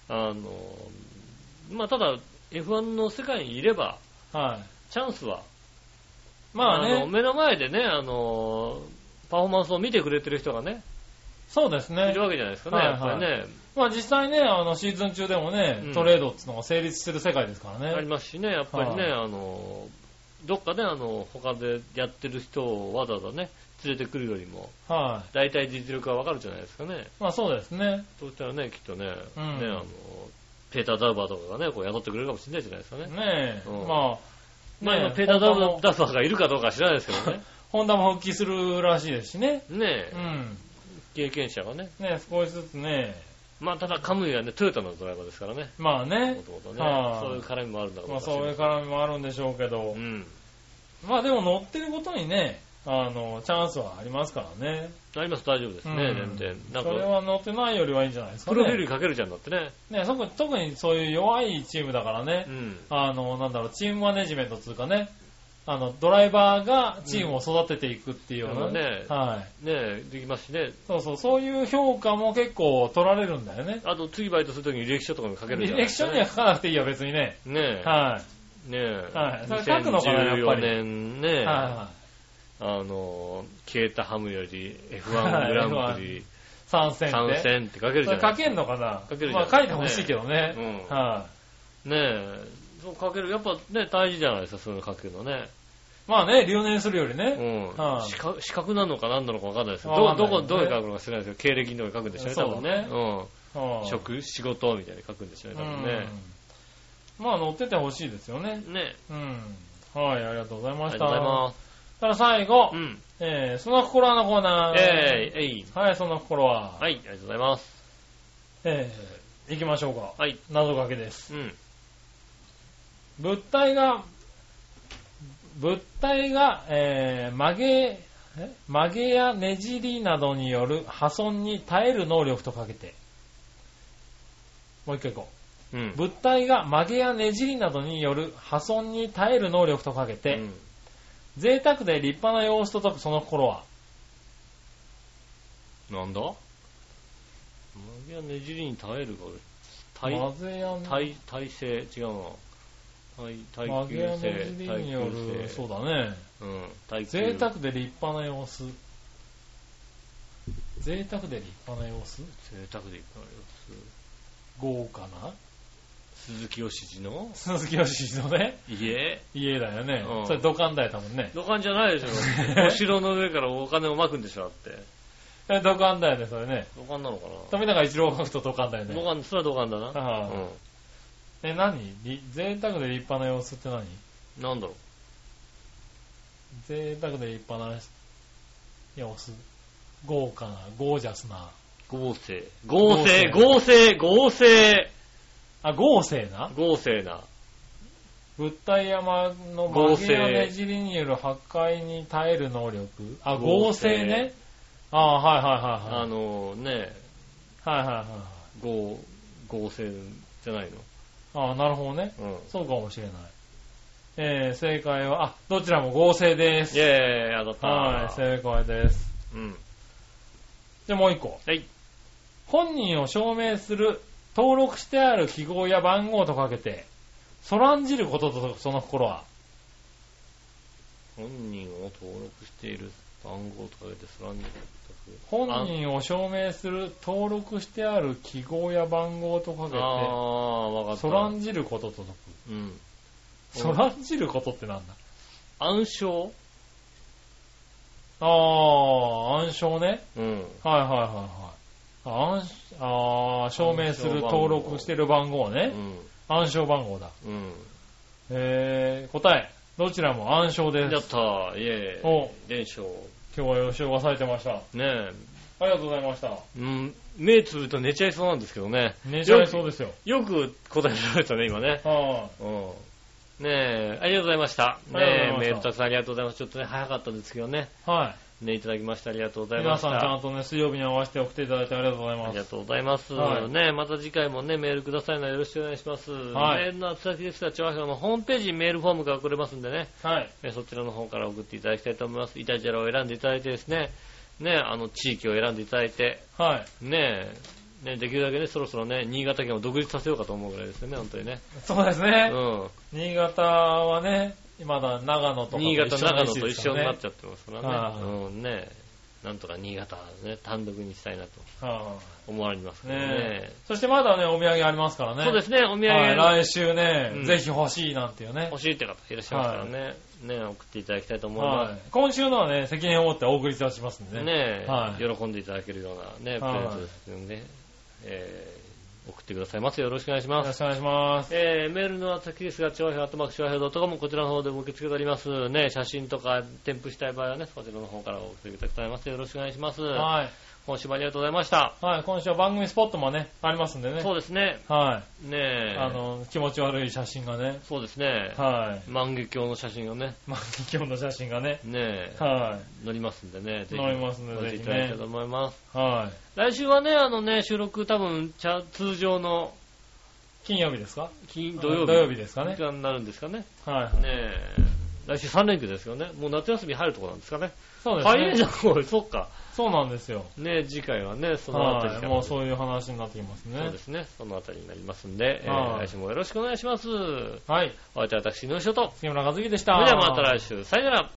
まあただ、F1 の世界にいれば、チャンスは、まあね、目の前でね、パフォーマンスを見てくれてる人がね、 そうですね。 いるわけじゃないですかね、やっぱりね。 まあ実際ね、シーズン中でもね、トレードっていうのが成立してる世界ですからね。 ありますしね、やっぱりね、どっかで他でやってる人をわざわざね、連れてくるよりも、大体実力がわかるじゃないですかね。 まあそうですね。 そうしたらね、きっとね、ペーター・ダウバーとかがね、こう雇ってくれるかもしれないじゃないですかね。 ねえ、 まあ今ペーター・ダウバーがいるかどうか知らないですけどね。 ホンダも復帰するらしいですしね。 ねえ。経験者がね。 ねえ、少しずつね。 まあただカムイはね、トヨタのドライバーですからね。 まあね。 そういう絡みもあるんだから。 まあそういう絡みもあるんでしょうけど。まあでも乗ってることにね、チャンスはありますからね。 あります、大丈夫ですね、全然。 それは乗ってないよりはいいんじゃないですかね。 プロフィールにかけるじゃんだってね。 ね、特にそういう弱いチームだからね。なんだろう、チームマネジメントつうかね。 ドライバーがチームを育てていくっていうようなね。 はい。 ねできますしね。 そういう評価も結構取られるんだよね。 あと、次バイトするときに履歴書とかに書けるんじゃない履歴書には書かなくていいよ、別にね。 ねはい。 ねはい。それ書くのかな、やっぱり。 2014年ね。はい。ケータハムより F1 グランプリ参戦って書けるじゃないですか。 書けんのかな。 書けるじゃないですか。まあ書いてほしいけどね。 うん。はい。ねそう書ける。やっぱね、大事じゃないですか、そういうの書けるのね。 まあね、留年するよりね。 うん。資格なのか何なのか分かんないですけど、どういう書くのか知らないですけど、経歴のとか書くんでしょうね、多分ね。うん。仕事みたいに書くんでしょうね、多分ね。 まあ乗っててほしいですよね。 ね。 うん。はい、ありがとうございました。 ありがとうございます。 ただ最後、その心のコーナー。はい、その心は。 はい、ありがとうございます。 行きましょうか。 はい。 謎かけです。 うん。 物体が、曲げやねじりなどによる破損に耐える能力とかけて。もう一回行こう。物体が曲げやねじりなどによる破損に耐える能力とかけて、贅沢で立派な様子と解くその心は。 なんだ？曲げやねじりに耐える体勢、違うな。 曲げやねじりによる、そうだね。贅沢で立派な様子。贅沢で立派な様子？ 贅沢で立派な様子。 豪華な？ 鈴木よしじのね。家だよね。それ土管だよ、多分ね。 土管じゃないでしょ。お城の上からお金をまくんでしょ、だって。 土管だよね、それね。 土管なのかな。 富永一郎が書くと土管だよね。 それは土管だな。 何？贅沢で立派な様子って何？ なんだろう。 贅沢で立派な様子。豪華な、ゴージャスな。 豪勢。 あ、豪勢な。物体山の曲げやねじりによる破壊に耐える能力。あ、合成ね。あ、はいはいはい。 ねはいはいはい。 合成じゃないの？ あ、なるほどね。そうかもしれない。正解は、どちらも合成です。 当たった。 はい、正解です。じゃあもう一個。 はい。 本人を証明する登録してある記号や番号とかけて、そらんじることとその心は。 本人を登録している番号とかけてそらんじること。本人を証明する登録してある記号や番号とかけて、 わかった。 そらんじることと解く。そらんじることってなんだ？ 暗証？ 暗証ね。はいはいはいはい。証明する登録してる番号ね。暗証番号だ。答え。どちらも暗証です。 やったー。イェーイ。連勝。 今日はよしおがされてました。 ねえ。 ありがとうございました。 目つぶると寝ちゃいそうなんですけどね。 寝ちゃいそうですよ。 よく答えられたね、今ね。ねえ、ありがとうございました。ねえ、メールたくさんありがとうございます。ちょっとね、早かったんですけどね。ね、いただきました。ありがとうございました。 皆さんちゃんとね、水曜日に合わせて送っていただいてありがとうございます。 ありがとうございます。ね、また次回もね、メールくださいのでよろしくお願いします。メールの宛先ですが、調和表のホームページにメールフォームが送れますんでね。そちらの方から送っていただきたいと思います。イタジェラを選んでいただいてですね、地域を選んでいただいて、ね、できるだけね、そろそろね、新潟県を独立させようかと思うぐらいですよね、本当にね。 そうですね。新潟はね、まだ長野と一緒になっちゃってますからね。なんとか新潟ね、単独にしたいなと思われますね。 そしてまだね、お土産ありますからね。 そうですね、お土産。 来週ね、ぜひ欲しいなんていうね。 欲しいって方いらっしゃいますからね。ね、送っていただきたいと思います。 今週のはね、責任を持ってお送りいたしますんでね。喜んでいただけるようなね、プレゼントですので、送ってくださいます。よろしくお願いします。 よろしくお願いします。 メールの先ですが、調和表@こちらの方で受け付けております。ね、写真とか添付したい場合はね、こちらの方から送っていただきたいます。よろしくお願いします。今週もありがとうございました。 今週は番組スポットもね、ありますんでね。 そうですね。ね気持ち悪い写真がね。 そうですね。万華鏡の写真がね。 万華鏡の写真がね。 載りますんでね。 ぜひ。載りますんで、 ぜひ。いただきたいと思います。 来週はね、収録多分、通常の、 金曜日ですか？ 土曜日ですかね。 になるんですかね。 ね来週3連休ですよね。もう夏休み入るところなんですかね。 そうですね。 早いじゃん、これ。そっか。 そうなんですよ。 ね、次回はね、そのあたりから。 もうそういう話になってきますね。 そうですね。そのあたりになりますんで、来週もよろしくお願いします。 はい。 お相手は私、井上翔と。 杉村和樹でした。 それではまた来週。さよなら。